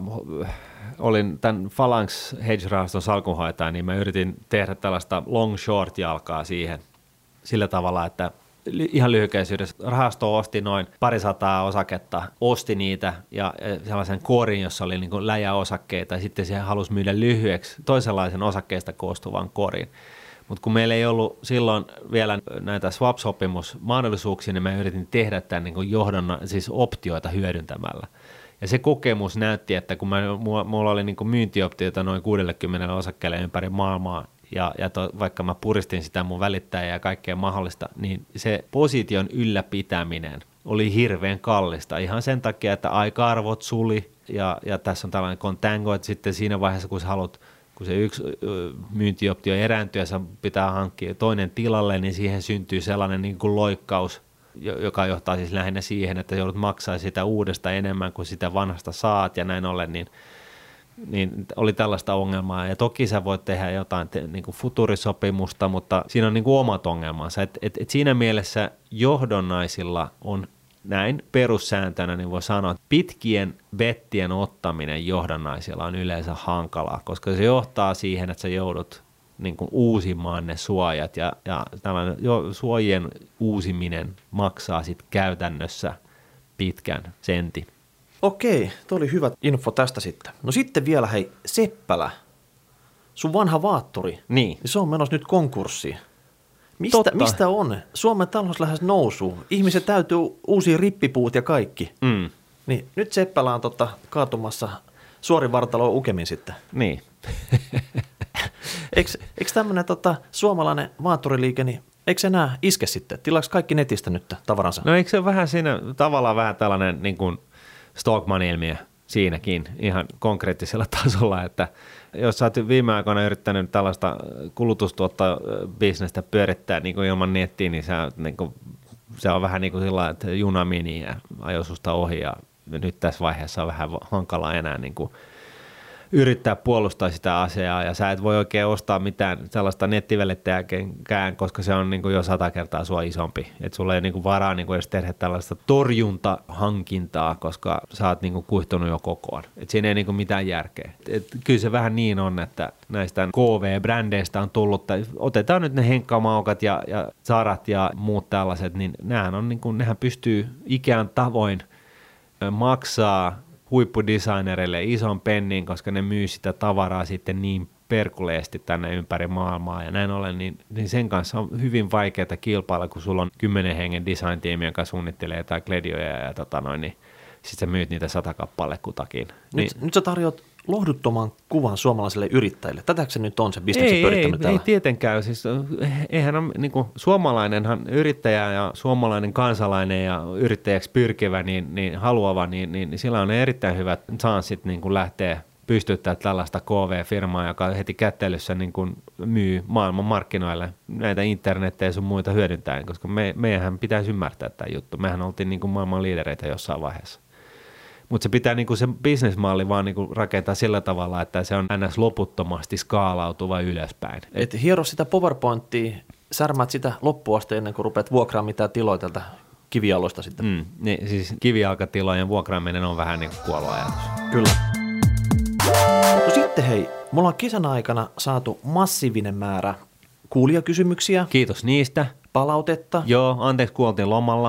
olin tämän Phalanx Hedge-rahaston salkunhoitaja, niin mä yritin tehdä tällaista long short jalkaa siihen sillä tavalla, että ihan lyhykäisyydessä rahasto osti noin parisataa osaketta, osti niitä ja sellaisen korin, jossa oli niin kuin läjäosakkeita ja sitten se halusi myydä lyhyeksi toisenlaisen osakkeista koostuvan korin. Mutta kun meillä ei ollut silloin vielä näitä swap-sopimusmahdollisuuksia, niin mä yritin tehdä tämän niin kuin johdonna, siis optioita hyödyntämällä. Ja se kokemus näytti, että kun mä, mulla oli niin kuin myyntioptioita noin kuusikymmentä osakkeelle ympäri maailmaa, ja, ja to, vaikka mä puristin sitä mun välittäjää ja kaikkea mahdollista, niin se position ylläpitäminen oli hirveän kallista ihan sen takia, että aika-arvot suli ja, ja tässä on tällainen contango, että sitten siinä vaiheessa, kun sä haluat, kun se yksi myyntioptio erääntyy ja sä pitää hankkia toinen tilalle, niin siihen syntyy sellainen niin kuin loikkaus, joka johtaa siis lähinnä siihen, että joudut maksaa sitä uudesta enemmän kuin sitä vanhasta saat ja näin ollen, niin niin oli tällaista ongelmaa. Ja toki sä voit tehdä jotain te, niin kuin futurisopimusta, mutta siinä on niin kuin omat ongelmansa. Et, et, et siinä mielessä johdonnaisilla on näin perussääntönä, niin voi sanoa, että pitkien bettien ottaminen johdonnaisilla on yleensä hankalaa, koska se johtaa siihen, että sä joudut niin kuin uusimaan ne suojat ja, ja tällainen jo, suojien uusiminen maksaa sitten käytännössä pitkän sentin. Okei, tuo oli hyvä info tästä sitten. No sitten vielä hei, Seppälä, sun vanha vaatturi, niin. niin se on menossa nyt konkurssiin. Mistä, mistä on? Suomen talous lähes nousuu. Ihmiset täytyy uusia rippipuut ja kaikki. Mm. Niin nyt Seppälä on tota, kaatumassa suorin vartaloon ukemin sitten. Niin. eikö eikö tämmöinen tota, suomalainen vaatturiliike, niin eikö se enää iske sitten? Tilaako kaikki netistä nyt tavaransa? No eikö se vähän siinä tavallaan vähän tällainen niin kuin Stockman-ilmiö siinäkin ihan konkreettisella tasolla, että jos sä oot viime aikoina yrittänyt tällaista kulutustuottaa bisnestä pyörittää niin kuin ilman nettiä, niin, sä, niin kuin, se on vähän niin kuin sillä, että juna meni ja ajoi susta ohi ja nyt tässä vaiheessa on vähän hankalaa enää niin kuin yrittää puolustaa sitä asiaa ja sä et voi oikein ostaa mitään sellaista nettivälittäjääkään, koska se on niin kuin jo sata kertaa sua isompi. Että sulla ei niin kuin varaa niin kuin edes tehdä tällaista torjuntahankintaa, koska sä oot niin kuin kuihtunut jo kokoon. Et siinä ei niin kuin mitään järkeä. Et kyllä se vähän niin on, että näistä K V-brändeistä on tullut, tai otetaan nyt ne Henkkamaukat ja, ja Zarat ja muut tällaiset, niin nehän, on niin kuin, nehän pystyy Ikean tavoin maksaa huippudesignereille ison pennin, koska ne myy sitä tavaraa sitten niin perkuleesti tänne ympäri maailmaa ja näin ollen, niin, niin sen kanssa on hyvin vaikeaa kilpailla, kun sulla on kymmenen hengen design-tiimi, joka suunnittelee jotain kledioja ja tota noin, niin sitten sä myyt niitä sata kappale kutakin. Nyt, niin, nyt sä tarjoat lohduttoman kuvan suomalaisille yrittäjille. Tätäkö se nyt on se bisneksen ei, pyörittänyt ei, täällä? Ei tietenkään. Siis, eihän on, niin kuin, suomalainenhan yrittäjä ja suomalainen kansalainen ja yrittäjäksi pyrkivä, niin, niin haluava, niin, niin, niin sillä on erittäin hyvät chanssit niin kuin lähteä pystyttää tällaista K V-firmaa, joka heti kättelyssä niin kuin myy maailman markkinoille näitä internettejä ja sun muita hyödyntäen, koska me, meidän pitäisi ymmärtää tämä juttu. Mehän oltiin niin kuin maailman liidereitä jossain vaiheessa. Mutta se pitää niinku se bisnesmalli vaan niinku rakentaa sillä tavalla, että se on ns. Loputtomasti skaalautuva ylöspäin. Et hiero sitä PowerPointia, särmät sitä loppuun asti ennen kuin rupeat vuokraamaan mitään tiloja tältä kivialoista sitten. Mm, niin, siis kivijalkatilojen vuokraaminen on vähän niin kuin kuollut ajatus. Kyllä. No sitten hei, mulla on kesän aikana saatu massiivinen määrä kuulijakysymyksiä. Kiitos niistä. palautetta. Joo, anteeksi kun oltiin lomalla.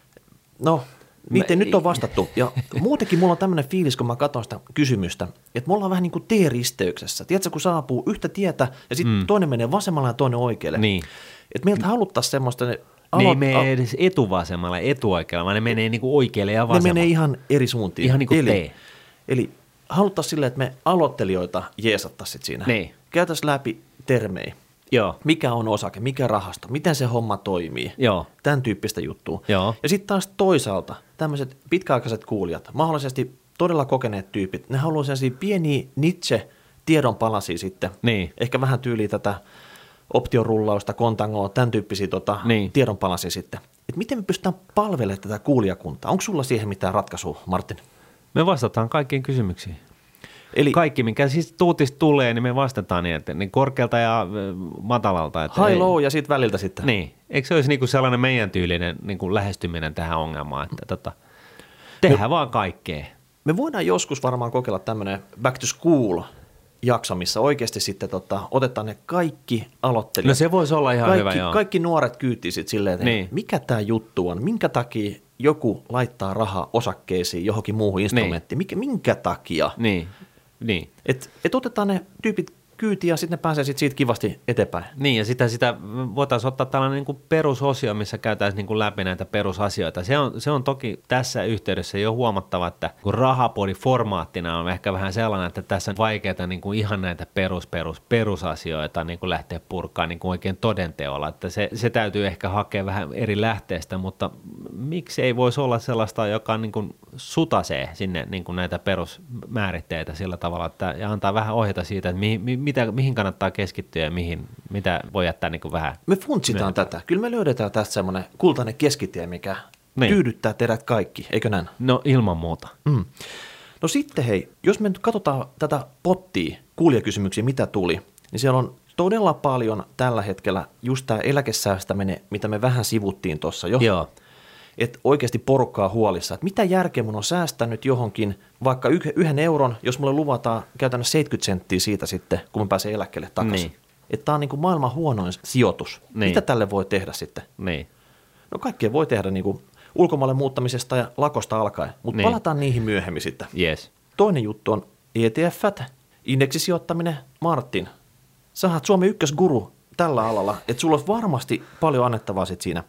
No, niitä nyt on vastattu. Ja muutenkin mulla on tämmöinen fiilis, kun mä katson sitä kysymystä, että me ollaan vähän niin kuin T-risteyksessä. Tiedätkö, kun saapuu yhtä tietä ja sitten mm. toinen menee vasemmalle ja toinen oikealle. Niin. Että meiltä haluttaisiin semmoista... Ne, alo- ne ei mene edes etuvasemmalla ja etuoikealla, vaan ne menee niin kuin oikealle ja vasemmalle. Ne menee ihan eri suuntiin. Ihan niin kuin eli, T. Eli haluttaisiin silleen, että me aloittelijoita jeesattaisiin siinä. Niin. Käytäisiin läpi termejä. Joo. Mikä on osake, mikä rahasto, miten se homma toimii. Joo. Tämän tyyppistä juttua. Joo. Ja sitten taas toisaalta tämmöiset pitkäaikaiset kuulijat, mahdollisesti todella kokeneet tyypit, ne haluaa sellaisia pieniä Nietzsche-tiedonpalasia sitten. Niin. Ehkä vähän tyyliä tätä optiorullausta, kontangoa, tämän tyyppisiä tota, niin. tiedonpalasia sitten. Et miten me pystytään palvelemaan tätä kuulijakuntaa? Onko sulla siihen mitään ratkaisua, Martin? Me vastataan kaikkiin kysymyksiin. Eli kaikki, minkä siis tuutista tulee, niin me vastataan niin, että niin korkealta ja matalalta. Että high, low ja sitten väliltä sitten. Niin. Eikö se olisi niin kuin sellainen meidän tyylinen niin kuin lähestyminen tähän ongelmaan, että tota, tehdään me, vaan kaikkea. Me voidaan joskus varmaan kokeilla tämmöinen back to school jakso, missä oikeasti sitten tota, otetaan ne kaikki aloittelijat. No se voisi olla ihan kaikki, hyvä, joo. Kaikki nuoret kyyttii sitten silleen, että niin. mikä tämä juttu on, minkä takia joku laittaa rahaa osakkeisiin johonkin muuhun instrumenttiin, niin. mikä, minkä takia. Niin. Niin. Että et otetaan ne tyypit kyytiin ja sitten ne pääsee sit siitä kivasti eteenpäin. Niin ja sitä, sitä voitaisiin ottaa tällainen niin kuin perusosio, missä käytäisiin niin kuin läpi näitä perusasioita. Se on, se on toki tässä yhteydessä jo huomattava, että kun Rahapodi formaattina on ehkä vähän sellainen, että tässä on vaikeaa niin kuin ihan näitä perus, perus, perusasioita niin kuin lähteä purkaan niin kuin oikein todenteolla. Että se, se täytyy ehkä hakea vähän eri lähteestä, mutta miksi ei voisi olla sellaista, joka niin kuin sutasee sinne niin kuin näitä perusmääritteitä sillä tavalla, että ja antaa vähän ohjata siitä, että mihin, mitä, mihin kannattaa keskittyä ja mihin, mitä voi jättää niin kuin vähän. Me funtsitaan myöhemmin tätä. Kyllä me löydetään tästä semmoinen kultainen keskitie, mikä niin. tyydyttää teidät kaikki, eikö näin? No ilman muuta. Mm. No sitten hei, jos me nyt katsotaan tätä pottia, kuulijakysymyksiä, mitä tuli, niin siellä on todella paljon tällä hetkellä just tämä eläkesäästäminen, mitä me vähän sivuttiin tuossa jo. Joo. Että oikeasti porukkaa huolissa, että mitä järkeä mun on säästänyt johonkin vaikka yhden euron, jos mulle luvataan käytännössä seitsemänkymmentä senttiä siitä sitten, kun mä pääsen eläkkeelle takaisin. Niin. Että tää on niinku maailman huonoin sijoitus. Niin. Mitä tälle voi tehdä sitten? Niin. No kaikkea voi tehdä niinku ulkomaille muuttamisesta ja lakosta alkaen, mutta niin. palataan niihin myöhemmin sitten. Yes. Toinen juttu on E T F, indeksisijoittaminen. Martin, sä oot Suomen ykkösguru tällä alalla, että sulla on varmasti paljon annettavaa sit siinä.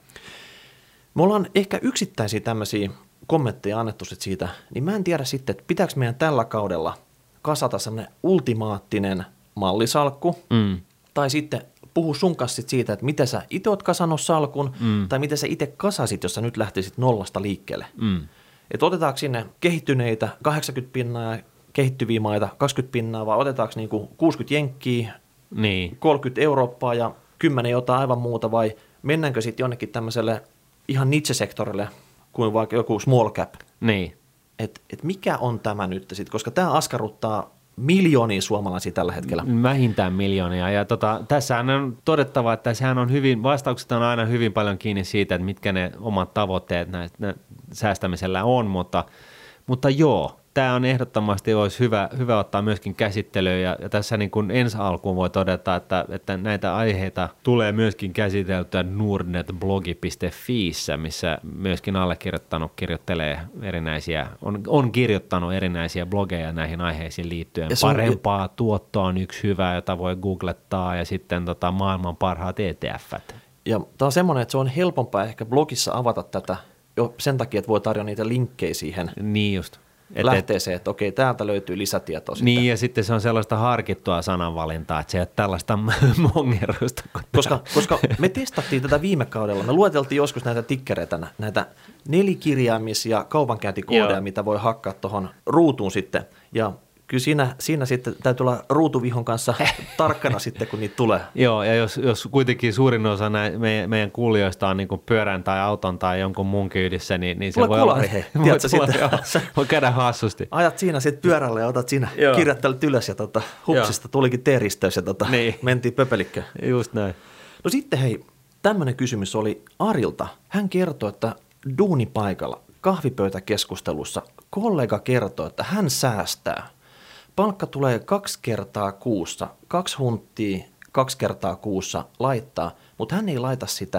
Me ollaan ehkä yksittäisiä tämmöisiä kommentteja annettu sit siitä, niin mä en tiedä sitten, että pitääkö meidän tällä kaudella kasata semmoinen ultimaattinen mallisalkku, mm. tai sitten puhu sun kanssa sit siitä, että miten sä itse oot kasannut salkun, mm. tai miten sä itse kasasit, jos sä nyt lähtisit nollasta liikkeelle. Mm. Että otetaanko sinne kehittyneitä kahdeksankymmentä pinnaa ja kehittyviä maita kaksikymmentä pinnaa, vai otetaanko niinku kuusikymmentä jenkkiä, niin. kolmekymmentä Eurooppaa ja kymmenen jotain aivan muuta, vai mennäänkö sitten jonnekin tämmöiselle ihan niche-sektorille kuin vaikka joku small cap. Niin. Että et mikä on tämä nyt sitten, koska tämä askarruttaa miljoonia suomalaisia tällä hetkellä. Vähintään miljoonia. Ja tota, tässähän on todettava, että sehän on hyvin, vastaukset on aina hyvin paljon kiinni siitä, että mitkä ne omat tavoitteet näistä säästämisellä on, mutta, mutta joo. Tämä on ehdottomasti olisi hyvä, hyvä ottaa myöskin käsittelyyn ja, ja tässä niin kuin ensi alkuun voi todeta, että, että näitä aiheita tulee myöskin käsiteltyä nordnet-blogi piste fiissä, missä myöskin allekirjoittanut kirjoittelee erinäisiä, on, on kirjoittanut erinäisiä blogeja näihin aiheisiin liittyen. On, Parempaa tuottoa on yksi hyvä, jota voi googlettaa ja sitten tota maailman parhaat E T F:t. Ja tämä on semmoinen, että se on helpompaa ehkä blogissa avata tätä jo sen takia, että voi tarjota niitä linkkejä siihen. Niin just. Et, lähteeseen, että okei, täältä löytyy lisätietoa. Niin, sitten. Ja sitten se on sellaista harkittua sananvalintaa, että se ei ole tällaista mongerusta. Koska, koska me testattiin tätä viime kaudella, me lueteltiin joskus näitä tikkereitä, näitä nelikirjaimisia kaupankäyntikoodeja, Joo. mitä voi hakkaa tuohon ruutuun sitten, ja kyllä siinä, siinä sitten täytyy olla ruutuvihon kanssa tarkkana sitten, kun niitä tulee. Joo, ja jos, jos kuitenkin suurin osa näin, meidän, meidän kuulijoista on niin kuin pyörän tai auton tai jonkun muun kyydissä, niin, niin se Tule voi kulari, olla... hei, tiedätkö sitten? Voi käydä hassusti. Ajat siinä sitten pyörällä ja otat siinä, Joo. kirjoittelut ylös ja tota, hupsista Joo. tulikin T-risteys ja tota, niin. mentiin pöpelikköön. Just näin. No sitten hei, tämmöinen kysymys oli Arilta. Hän kertoi, että duunipaikalla kahvipöytäkeskustelussa kollega kertoi, että hän säästää. Palkka tulee kaksi kertaa kuussa, kaksi hunttia kaksi kertaa kuussa laittaa, mutta hän ei laita sitä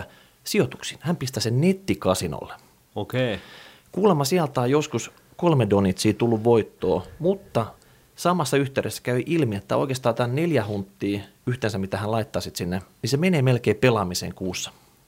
sijoituksiin. Hän pistää sen nettikasinolle. Okei. Okay. Kuulemma sieltä on joskus kolme donitsia tullut voittoa, mutta samassa yhteydessä käy ilmi, että oikeastaan tämä neljä hunttia yhteensä, mitä hän laittaa sit sinne, niin se menee melkein pelaamiseen kuussa.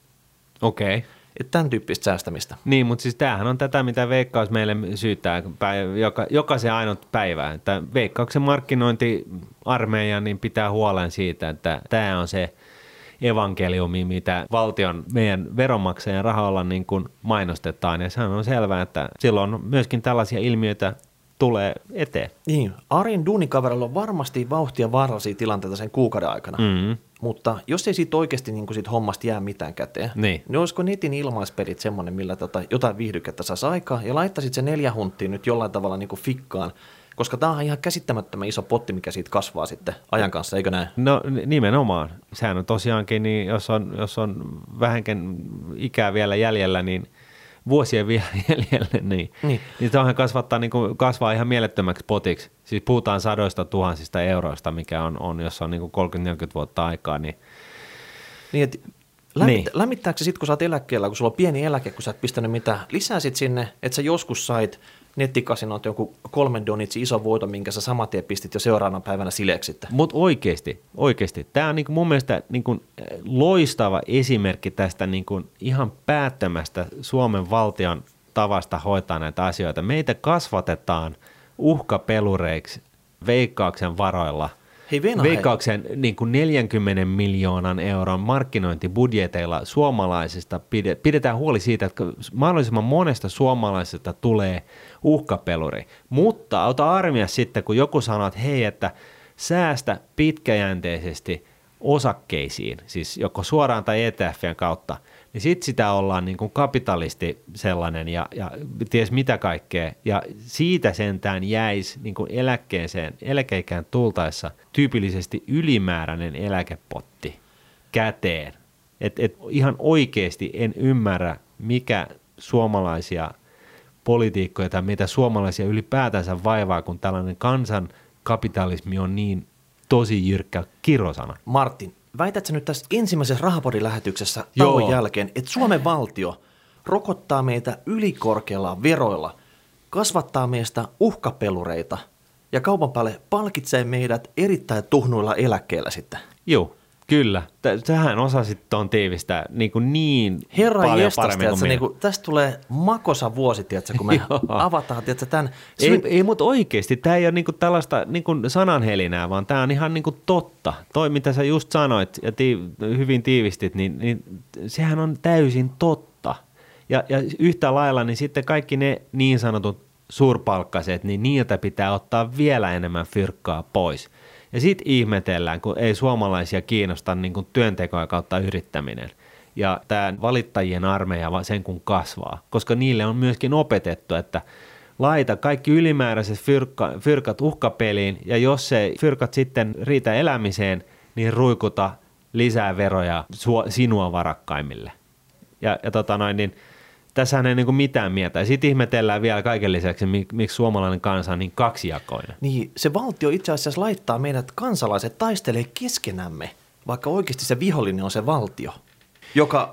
Okei. Okay. Että tämän tyyppistä säästämistä. Niin, mutta siis tämähän on tätä, mitä Veikkaus meille syyttää päivä, joka, jokaisen ainut päivä. Että Veikkauksen markkinointiarmeija niin pitää huolen siitä, että tämä on se evankeliumi, mitä valtion meidän veronmaksajien rahalla niin kuin mainostetaan. Ja sehän on selvää, että silloin myöskin tällaisia ilmiöitä tulee eteen. Niin, Arin duunikaverilla on varmasti vauhtia vaarallisia tilanteita sen kuukauden aikana. Mm-hmm. Mutta jos ei siitä oikeasti niin siitä hommasta jää mitään käteen, niin, niin olisiko netin ilmaispelit semmoinen, millä tota, jotain viihdykettä saisi aikaa, ja laittaisit se neljä hunttia nyt jollain tavalla niin kuin fikkaan, koska tämä on ihan käsittämättömän iso potti, mikä siitä kasvaa sitten ajan kanssa, eikö näin? No nimenomaan. Sehän on tosiaankin, niin jos on, jos on vähänkin ikää vielä jäljellä, niin vuosien vielä jäljellä, niin, niin. niin tuohan kasvattaa, niin kuin kasvaa ihan mielettömäksi potiksi. Siis puhutaan sadoista tuhansista euroista, mikä on, on jos on niin kolmekymmentä neljäkymmentä vuotta aikaa. Niin, niin, et lämmit, niin. Lämmittääkö se sitten, kun sä oot eläkkeellä, kun sulla on pieni eläke, kun sä et pistänyt mitään, lisäsit sinne, että sä joskus sait nettikasinoit joku kolmen donitsi iso voito, minkä sä saman tien pistit jo seuraavana päivänä sileeksi sitten. Mutta oikeasti, oikeasti. Tämä on niinku mun mielestä niinku loistava esimerkki tästä niinku ihan päättömästä Suomen valtion tavasta hoitaa näitä asioita. Meitä kasvatetaan uhkapelureiksi Veikkauksen varoilla. Hei Venä, Veikkauksen niin kuin neljänkymmenen miljoonan euron markkinointibudjeteilla suomalaisista pidetään huoli siitä, että mahdollisimman monesta suomalaisesta tulee uhkapeluri. Mutta auta armia sitten, kun joku sanoo, että hei, että säästä pitkäjänteisesti osakkeisiin, siis joko suoraan tai E T F:n kautta, niin sitten sitä ollaan niin kuin kapitalisti sellainen ja, ja ties mitä kaikkea. Ja siitä sentään jäisi niin kuin eläkkeeseen, eläkeikään tultaessa tyypillisesti ylimääräinen eläkepotti käteen. Et, et ihan oikeasti en ymmärrä, mikä suomalaisia politiikkoja tai mitä suomalaisia ylipäätänsä vaivaa, kun tällainen kansankapitalismi on niin tosi jyrkkä kirosana. Martin, väitätkö nyt tässä ensimmäisessä Rahapodin-lähetyksessä tauon jälkeen, että Suomen valtio rokottaa meitä ylikorkeilla veroilla, kasvattaa meistä uhkapelureita ja kaupan päälle palkitsee meidät erittäin tuhnuilla eläkkeellä sitten? Joo, kyllä. Tähän osasit tuon tiivistää niin, kuin niin Herra paljon jestas, paremmin kuin minä. Niin kuin, tästä tulee makosa vuosi, tiedätkö, kun me avataan tiedätkö, tämän. Ei, ei mutta oikeasti, tämä ei ole niin kuin tällaista niin kuin sananhelinää, vaan tämä on ihan niin kuin totta. Toi, mitä sä just sanoit ja tii, hyvin tiivistit, niin, niin sehän on täysin totta. Ja, ja yhtä lailla, niin sitten kaikki ne niin sanotut suurpalkkaiset, niin niiltä pitää ottaa vielä enemmän fyrkkaa pois. Ja sitten ihmetellään, kun ei suomalaisia kiinnosta niin kuin työntekoja kautta yrittäminen. Ja tämä valittajien armeija sen kun kasvaa, koska niille on myöskin opetettu, että laita kaikki ylimääräiset fyrkka, fyrkat uhkapeliin, ja jos se fyrkat sitten riitä elämiseen, niin ruikuta lisää veroja sinua varakkaimmille. Ja, ja tota noin, niin tässähän ei niin kuin mitään mieltä. Ja sitten ihmetellään vielä kaiken lisäksi, miksi suomalainen kansa on niin kaksijakoinen. Niin, se valtio itse asiassa laittaa meidät kansalaiset taistelee keskenämme, vaikka oikeasti se vihollinen on se valtio, joka...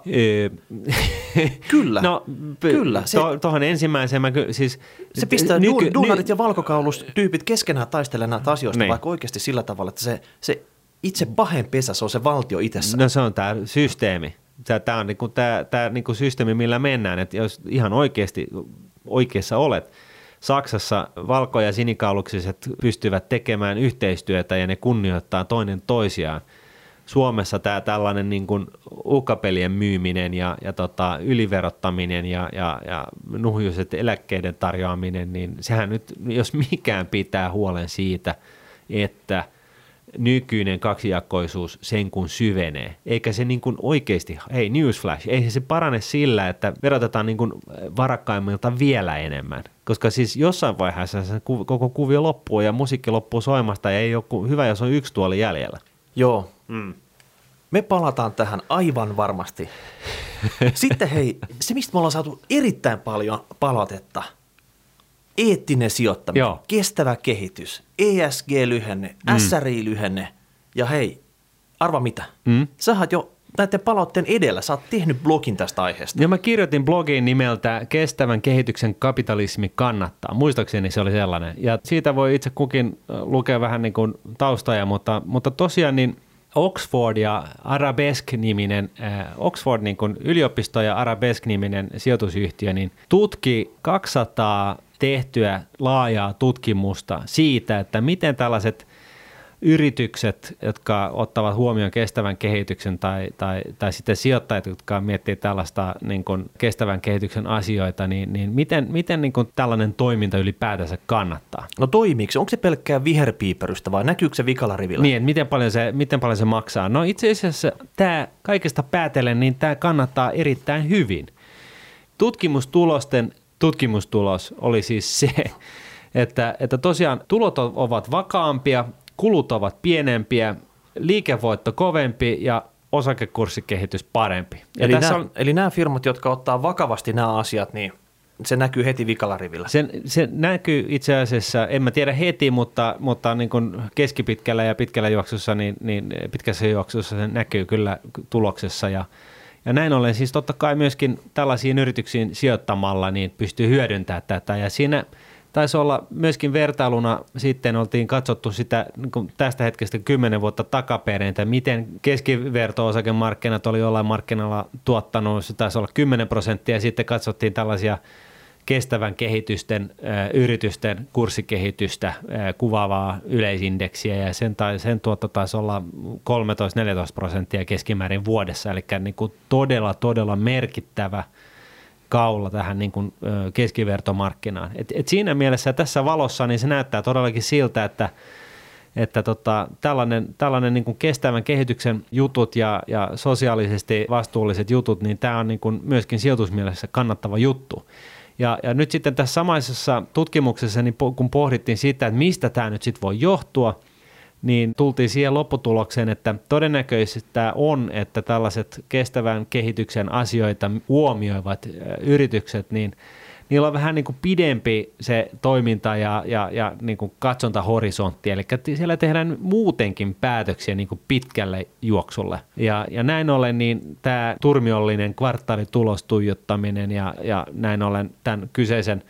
kyllä, no, p- kyllä. Se, to, tohon ensimmäiseen mä ky- siis... Se pistää nyky, duunarit ny- ja valkokaulustyypit keskenään taistelemaan näitä asioista, niin. Vaikka oikeasti sillä tavalla, että se, se itse pahen pesä, se on se valtio itsessään. No se on tämä systeemi. Tämä on niinku tämä, tämä niinku systeemi, millä mennään, että jos ihan oikeasti oikeassa olet, Saksassa valko- ja sinikauluksiset pystyvät tekemään yhteistyötä ja ne kunnioittaa toinen toisiaan. Suomessa tämä tällainen niin kuin uhkapelien myyminen ja, ja tota, yliverottaminen ja, ja, ja nuhjuiset eläkkeiden tarjoaminen, niin sehän nyt, jos mikään pitää huolen siitä, että nykyinen kaksijakoisuus sen kun syvenee, eikä se niin kuin oikeasti, hei newsflash, ei se parane sillä, että verotetaan niin kuin varakkaimmilta vielä enemmän, koska siis jossain vaiheessa se koko kuvio loppuu ja musiikki loppuu soimasta ja ei ole hyvä, jos on yksi tuoli jäljellä. Joo, mm. Me palataan tähän aivan varmasti. Sitten hei, se mistä me ollaan saatu erittäin paljon palautetta, eettinen sijoittaminen, Joo. kestävä kehitys, E S G-lyhenne, mm. S R I-lyhenne ja hei, arva mitä? Mm. Sä oot jo näiden palautteen edellä. Sä oot tehnyt blogin tästä aiheesta. Ja mä kirjoitin blogiin nimeltä Kestävän kehityksen kapitalismi kannattaa. Muistaakseni se oli sellainen. Ja siitä voi itse kukin lukea vähän niin kuin taustoja, mutta, mutta tosiaan niin Oxford ja Arabesque-niminen, äh, Oxford niin kuin yliopisto ja Arabesque-niminen sijoitusyhtiö niin tutki kaksisataa tehtyä laajaa tutkimusta siitä, että miten tällaiset yritykset, jotka ottavat huomioon kestävän kehityksen tai, tai, tai sitten sijoittajat, jotka miettii tällaista niin kuin kestävän kehityksen asioita, niin, niin miten, miten niin kuin tällainen toiminta ylipäätänsä kannattaa? No toimiiko se? Onko se pelkkää viherpiiperystä vai näkyykö se vikalla rivillä? Niin, että miten paljon se, miten paljon se maksaa? No itse asiassa tämä kaikesta päätellen, niin tämä kannattaa erittäin hyvin. Tutkimustulosten tutkimustulos oli siis se, että, että tosiaan tulot ovat vakaampia, kulut ovat pienempiä, liikevoitto kovempi ja osakekurssikehitys parempi. Ja eli, tässä nämä, on, eli nämä firmat, jotka ottaa vakavasti nämä asiat, niin se näkyy heti vikalla rivillä. Se, se näkyy itse asiassa, en mä tiedä heti, mutta, mutta niin kuin keskipitkällä ja pitkällä juoksussa, niin, niin pitkässä juoksussa se näkyy kyllä tuloksessa. Ja, ja näin ollen siis totta kai myöskin tällaisiin yrityksiin sijoittamalla niin pystyy hyödyntämään tätä. Ja siinä taisi olla myöskin vertailuna, sitten oltiin katsottu sitä niin kuin tästä hetkestä kymmenen vuotta takaperin, että miten keskiverto-osakemarkkinat oli jollain markkinalla tuottanut, se taisi olla kymmenen prosenttia, ja sitten katsottiin tällaisia kestävän kehitysten äh, yritysten kurssikehitystä äh, kuvaavaa yleisindeksiä, ja sen, tai, sen tuotto taisi olla kolmetoista neljätoista prosenttia keskimäärin vuodessa, eli niin kuin todella, todella merkittävä kaula tähän niin kuin keskivertomarkkinaan. Et, et siinä mielessä tässä valossa niin se näyttää todellakin siltä, että, että tota, tällainen, tällainen niin kuin kestävän kehityksen jutut ja, ja sosiaalisesti vastuulliset jutut, niin tämä on niin kuin myöskin sijoitusmielessä kannattava juttu. Ja, ja nyt sitten tässä samaisessa tutkimuksessa, niin kun pohdittiin sitä, että mistä tämä nyt sitten voi johtua, niin tultiin siihen lopputulokseen, että todennäköisesti tämä on, että tällaiset kestävän kehityksen asioita huomioivat yritykset, niin niillä on vähän niin kuin pidempi se toiminta ja, ja, ja niin kuin katsontahorisontti, eli siellä tehdään muutenkin päätöksiä niin kuin pitkälle juoksulle. Ja, ja näin ollen niin tämä turmiollinen kvartaalitulostuijottaminen ja, ja näin ollen tämän kyseisen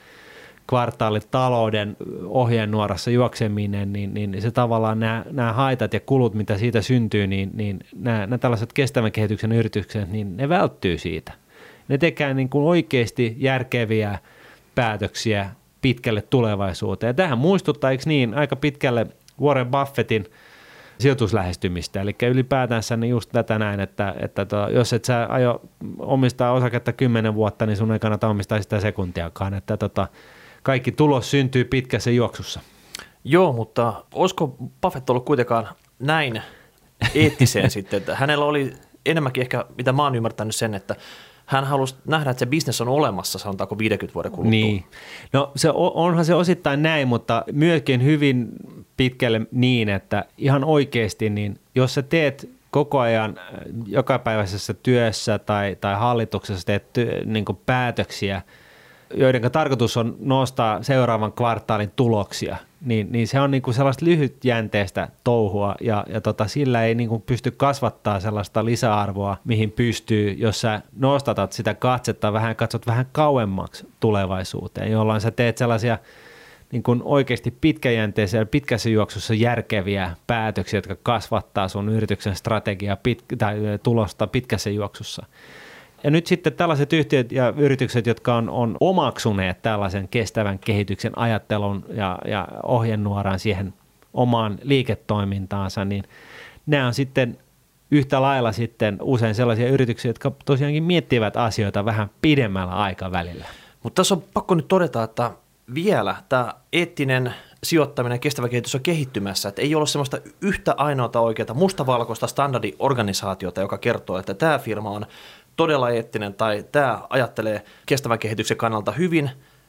kvartaalitalouden ohjenuorassa juokseminen, niin, niin se tavallaan nämä, nämä haitat ja kulut, mitä siitä syntyy, niin, niin nämä, nämä tällaiset kestävän kehityksen yritykset, niin ne välttyy siitä. Ne tekee niin kuin oikeasti järkeviä päätöksiä pitkälle tulevaisuuteen. Ja tähän muistuttaa, eikö niin, aika pitkälle Warren Buffettin sijoituslähestymistä, eli ylipäätänsä niin just tätä näin, että, että to, jos et sä aio omistaa osaketta kymmenen vuotta, niin sun ei kannata omistaa sitä sekuntiakaan, että tota, kaikki tulos syntyy pitkässä juoksussa. Joo, mutta olisiko Buffett ollut kuitenkaan näin eettiseen sitten, että hänellä oli enemmänkin ehkä, mitä mä oon ymmärtänyt sen, että hän halusi nähdä, että se bisnes on olemassa, sanotaanko viidenkymmenen vuoden kuluttua. Niin. No se onhan se osittain näin, mutta myöskin hyvin pitkälle niin, että ihan oikeasti, niin jos sä teet koko ajan jokapäiväisessä työssä tai, tai hallituksessa teet ty, niin kuin päätöksiä, joiden tarkoitus on nostaa seuraavan kvartaalin tuloksia, niin, niin se on niin kuin sellaista lyhytjänteistä touhua ja, ja tota, sillä ei niin kuin pysty kasvattaa sellaista lisäarvoa, mihin pystyy, jos sä nostatat sitä katsetta vähän, katsot vähän kauemmaksi tulevaisuuteen, jolloin sä teet sellaisia niin kuin oikeasti pitkäjänteisiä ja pitkässä juoksussa järkeviä päätöksiä, jotka kasvattaa sun yrityksen strategiaa pit, tai tulosta pitkässä juoksussa. Ja nyt sitten tällaiset yhtiöt ja yritykset, jotka on, on omaksuneet tällaisen kestävän kehityksen ajattelun ja, ja ohjenuoran siihen omaan liiketoimintaansa, niin nämä on sitten yhtä lailla sitten usein sellaisia yrityksiä, jotka tosiaankin miettivät asioita vähän pidemmällä aikavälillä. Mutta tässä on pakko nyt todeta, että vielä tämä eettinen sijoittaminen ja kestävä kehitys on kehittymässä, että ei ole sellaista yhtä ainoata oikeaa mustavalkoista standardiorganisaatiota, joka kertoo, että tämä firma on todella eettinen tai tämä ajattelee kestävän kehityksen kannalta hyvin,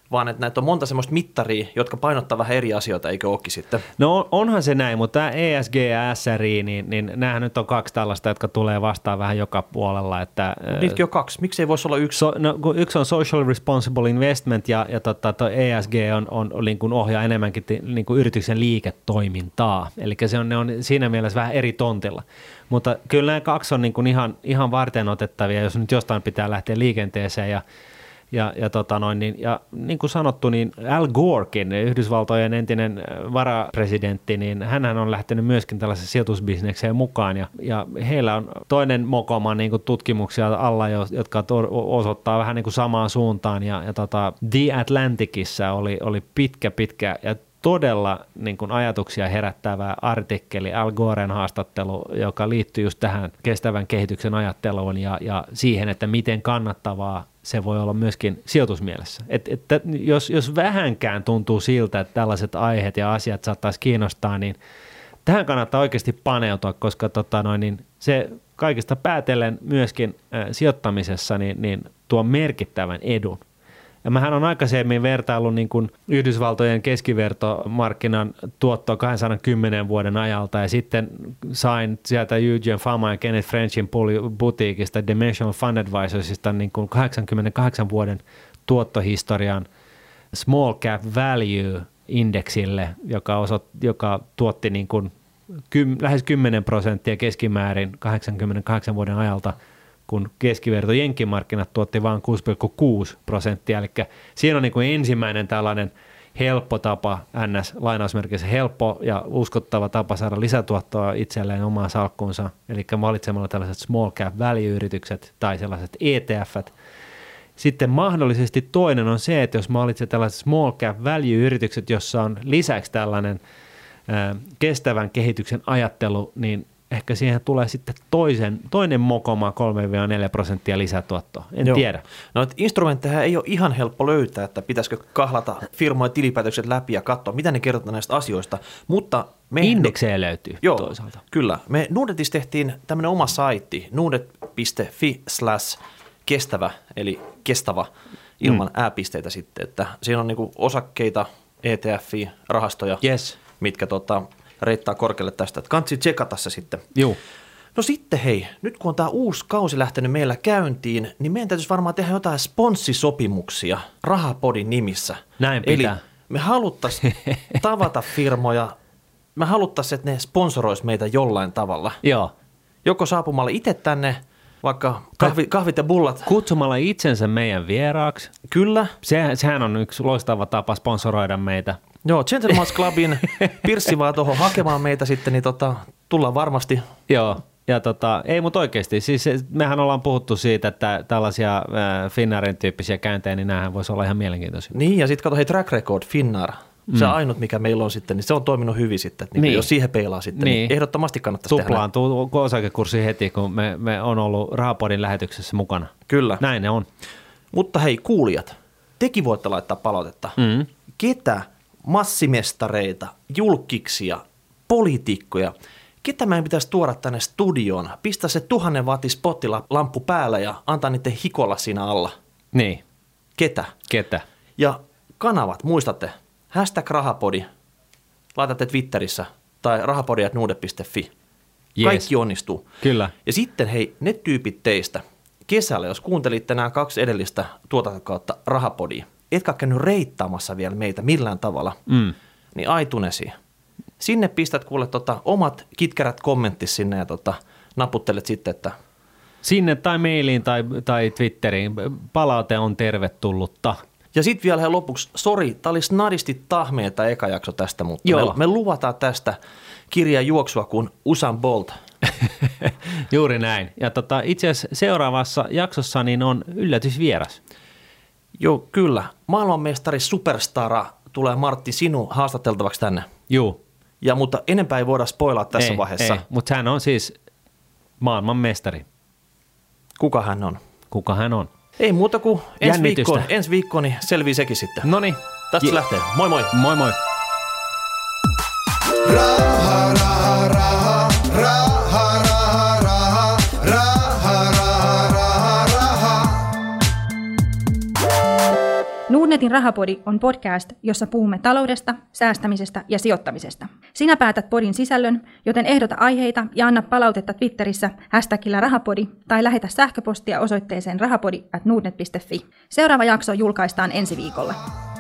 vaan että näitä on monta semmoista mittaria, jotka painottaa vähän eri asioita, eikö olekin sitten? No onhan se näin, mutta tämä E S G ja S R I, niin, niin nämähän nyt on kaksi tällaista, jotka tulee vastaan vähän joka puolella. Että, niitäkin on kaksi. Miksi ei voisi olla yksi? So, no, yksi on Social Responsible Investment ja, ja tota, toi E S G on, on, on niin kuin ohjaa enemmänkin niin kuin yrityksen liiketoimintaa. Eli se on, ne on siinä mielessä vähän eri tontilla. Mutta kyllä nämä kaksi on niin kuin ihan, ihan varten otettavia, jos nyt jostain pitää lähteä liikenteeseen ja Ja, ja, tota noin, niin, ja niin kuin sanottu, niin Al Gorekin, Yhdysvaltojen entinen varapresidentti, niin hänhän on lähtenyt myöskin tällaiseen sijoitusbisnekseen mukaan. Ja, ja heillä on toinen mokoma niin kuin tutkimuksia alla, jotka osoittaa vähän niin kuin samaan suuntaan. Ja, ja tota, The Atlanticissa oli, oli pitkä, pitkä ja todella niin kuin ajatuksia herättävä artikkeli, Al Goren haastattelu, joka liittyy just tähän kestävän kehityksen ajatteluun ja, ja siihen, että miten kannattavaa se voi olla myöskin sijoitusmielessä. Et, et, jos, jos vähänkään tuntuu siltä, että tällaiset aiheet ja asiat saattaisi kiinnostaa, niin tähän kannattaa oikeasti paneutua, koska tota noin, niin se kaikista päätellen myöskin äh, sijoittamisessa niin, niin tuo merkittävän edun. Ja mähän on aikaisemmin vertaillut niin kuin Yhdysvaltojen keskivertomarkkinan tuottoa kaksisataakymmenen vuoden ajalta ja sitten sain sieltä Eugene Fama ja Kenneth Frenchin butiikista Dimensional Fund Advisorsista niin kuin kahdeksankymmentäkahdeksan vuoden tuottohistorian Small Cap Value indeksille, joka, osoit, joka tuotti niin kuin kym, lähes kymmenen prosenttia keskimäärin kahdeksankymmentäkahdeksan vuoden ajalta, kun keskiverto jenkkimarkkinat tuotti vain kuusi pilkku kuusi prosenttia. Eli siinä on niin kuin ensimmäinen tällainen helppo tapa, ns. Lainausmerkissä helppo ja uskottava tapa saada lisätuottoa itselleen omaan salkkuunsa, eli valitsemalla tällaiset small cap value-yritykset tai sellaiset E T F:t. Sitten mahdollisesti toinen on se, että jos valitset tällaiset small cap value-yritykset, jossa on lisäksi tällainen ää, kestävän kehityksen ajattelu, niin ehkä siihen tulee sitten toisen, toinen mokoma kolme neljä prosenttia lisätuottoa. En Joo. tiedä. No, instrumentteja ei ole ihan helppo löytää, että pitäisikö kahlata firmojen tilipäätökset läpi ja katsoa, mitä ne kertoo näistä asioista. Mutta me indeksejä löytyy Joo, toisaalta. Kyllä. Me Nordnetissa tehtiin tämmöinen oma saitti, nordnet piste fi slash kestävä, eli kestävä ilman mm. ääpisteitä sitten. Että siinä on niinku osakkeita, E T F, rahastoja, yes. mitkä tota, reittaa korkealle tästä. Että kannattaa tsekata se sitten. Joo. No sitten hei, nyt kun on tämä uusi kausi lähtenyt meillä käyntiin, niin meidän täytyisi varmaan tehdä jotain sponssisopimuksia Rahapodin nimissä. Näin pitää. Eli me haluttaisiin tavata firmoja, me haluttaisiin, että ne sponsoroisi meitä jollain tavalla. Joo. Joko saapumalla itse tänne, vaikka kahvi, kahvit ja bullat. Kutsumalla itsensä meidän vieraaksi. Kyllä. Se, sehän on yksi loistava tapa sponsoroida meitä. Joo, Gentleman's Clubin pirssi vaan tuohon hakemaan meitä sitten, niin tota, tullaan varmasti. Joo, ja tota, ei mutta oikeasti, siis mehän ollaan puhuttu siitä, että tällaisia äh, Finnairin tyyppisiä käyntejä, niin näähän voisi olla ihan mielenkiintoisia. Niin, ja sitten kato, hei, track record, Finnair, mm. se ainut mikä meillä on sitten, niin se on toiminut hyvin sitten, että niin niin. jos siihen peilaa sitten, niin, niin ehdottomasti kannattaisi tehdä. Tuplaantuu osakekurssi heti, kun me, me on ollut Rahapodin lähetyksessä mukana. Kyllä. Näin ne on. Mutta hei, kuulijat, tekin voitte laittaa palautetta. Mm. Ketä massimestareita, julkkiksia, poliitikkoja, ketä meidän pitäisi tuoda tänne studioon, pistää se tuhannen wattin spottilamppu päällä ja antaa niiden hikolla siinä alla. Niin. Ketä? Ketä? Ja kanavat, muistatte, hashtag rahapodi, laitatte Twitterissä tai rahapodi at nordnet piste fi. Yes. Kaikki onnistuu. Kyllä. Ja sitten hei, ne tyypit teistä, kesällä, jos kuuntelitte nämä kaksi edellistä tuotantokautta Rahapodia, etkä ole käynyt reittaamassa vielä meitä millään tavalla, mm. niin iTunesiin. Sinne pistät kuule tota, omat kitkärät kommenttis sinne ja tota, naputtelet sitten, että sinne tai mailiin tai, tai Twitteriin. Palaute on tervetullutta. Ja sitten vielä lopuksi, sori, tämä oli snadisti tahmea tämä eka jakso tästä, mutta me, me luvataan tästä kirjaa juoksua kuin Usain Bolt. Juuri näin. Ja tota, itse asiassa seuraavassa jaksossa niin on yllätysvieras. Joo, kyllä. Maailmanmestari Superstara tulee Martti sinun haastateltavaksi tänne. Joo. Ja, mutta enempää ei voida spoilaa tässä ei, vaiheessa. Ei, mutta hän on siis maailmanmestari. Kuka hän on? Kuka hän on? Ei muuta kuin ensi viikkoon, ensi viikkoon, niin selvii sekin sitten. Noniin. Tästä se lähtee. Moi moi. Moi moi. Raha, raha, raha, raha, raha, raha, raha, raha, raha, raha. Nordnetin Rahapodi on podcast, jossa puhumme taloudesta, säästämisestä ja sijoittamisesta. Sinä päätät podin sisällön, joten ehdota aiheita ja anna palautetta Twitterissä hashtagillä rahapodi tai lähetä sähköpostia osoitteeseen rahapodi at nordnet piste fi. Seuraava jakso julkaistaan ensi viikolla.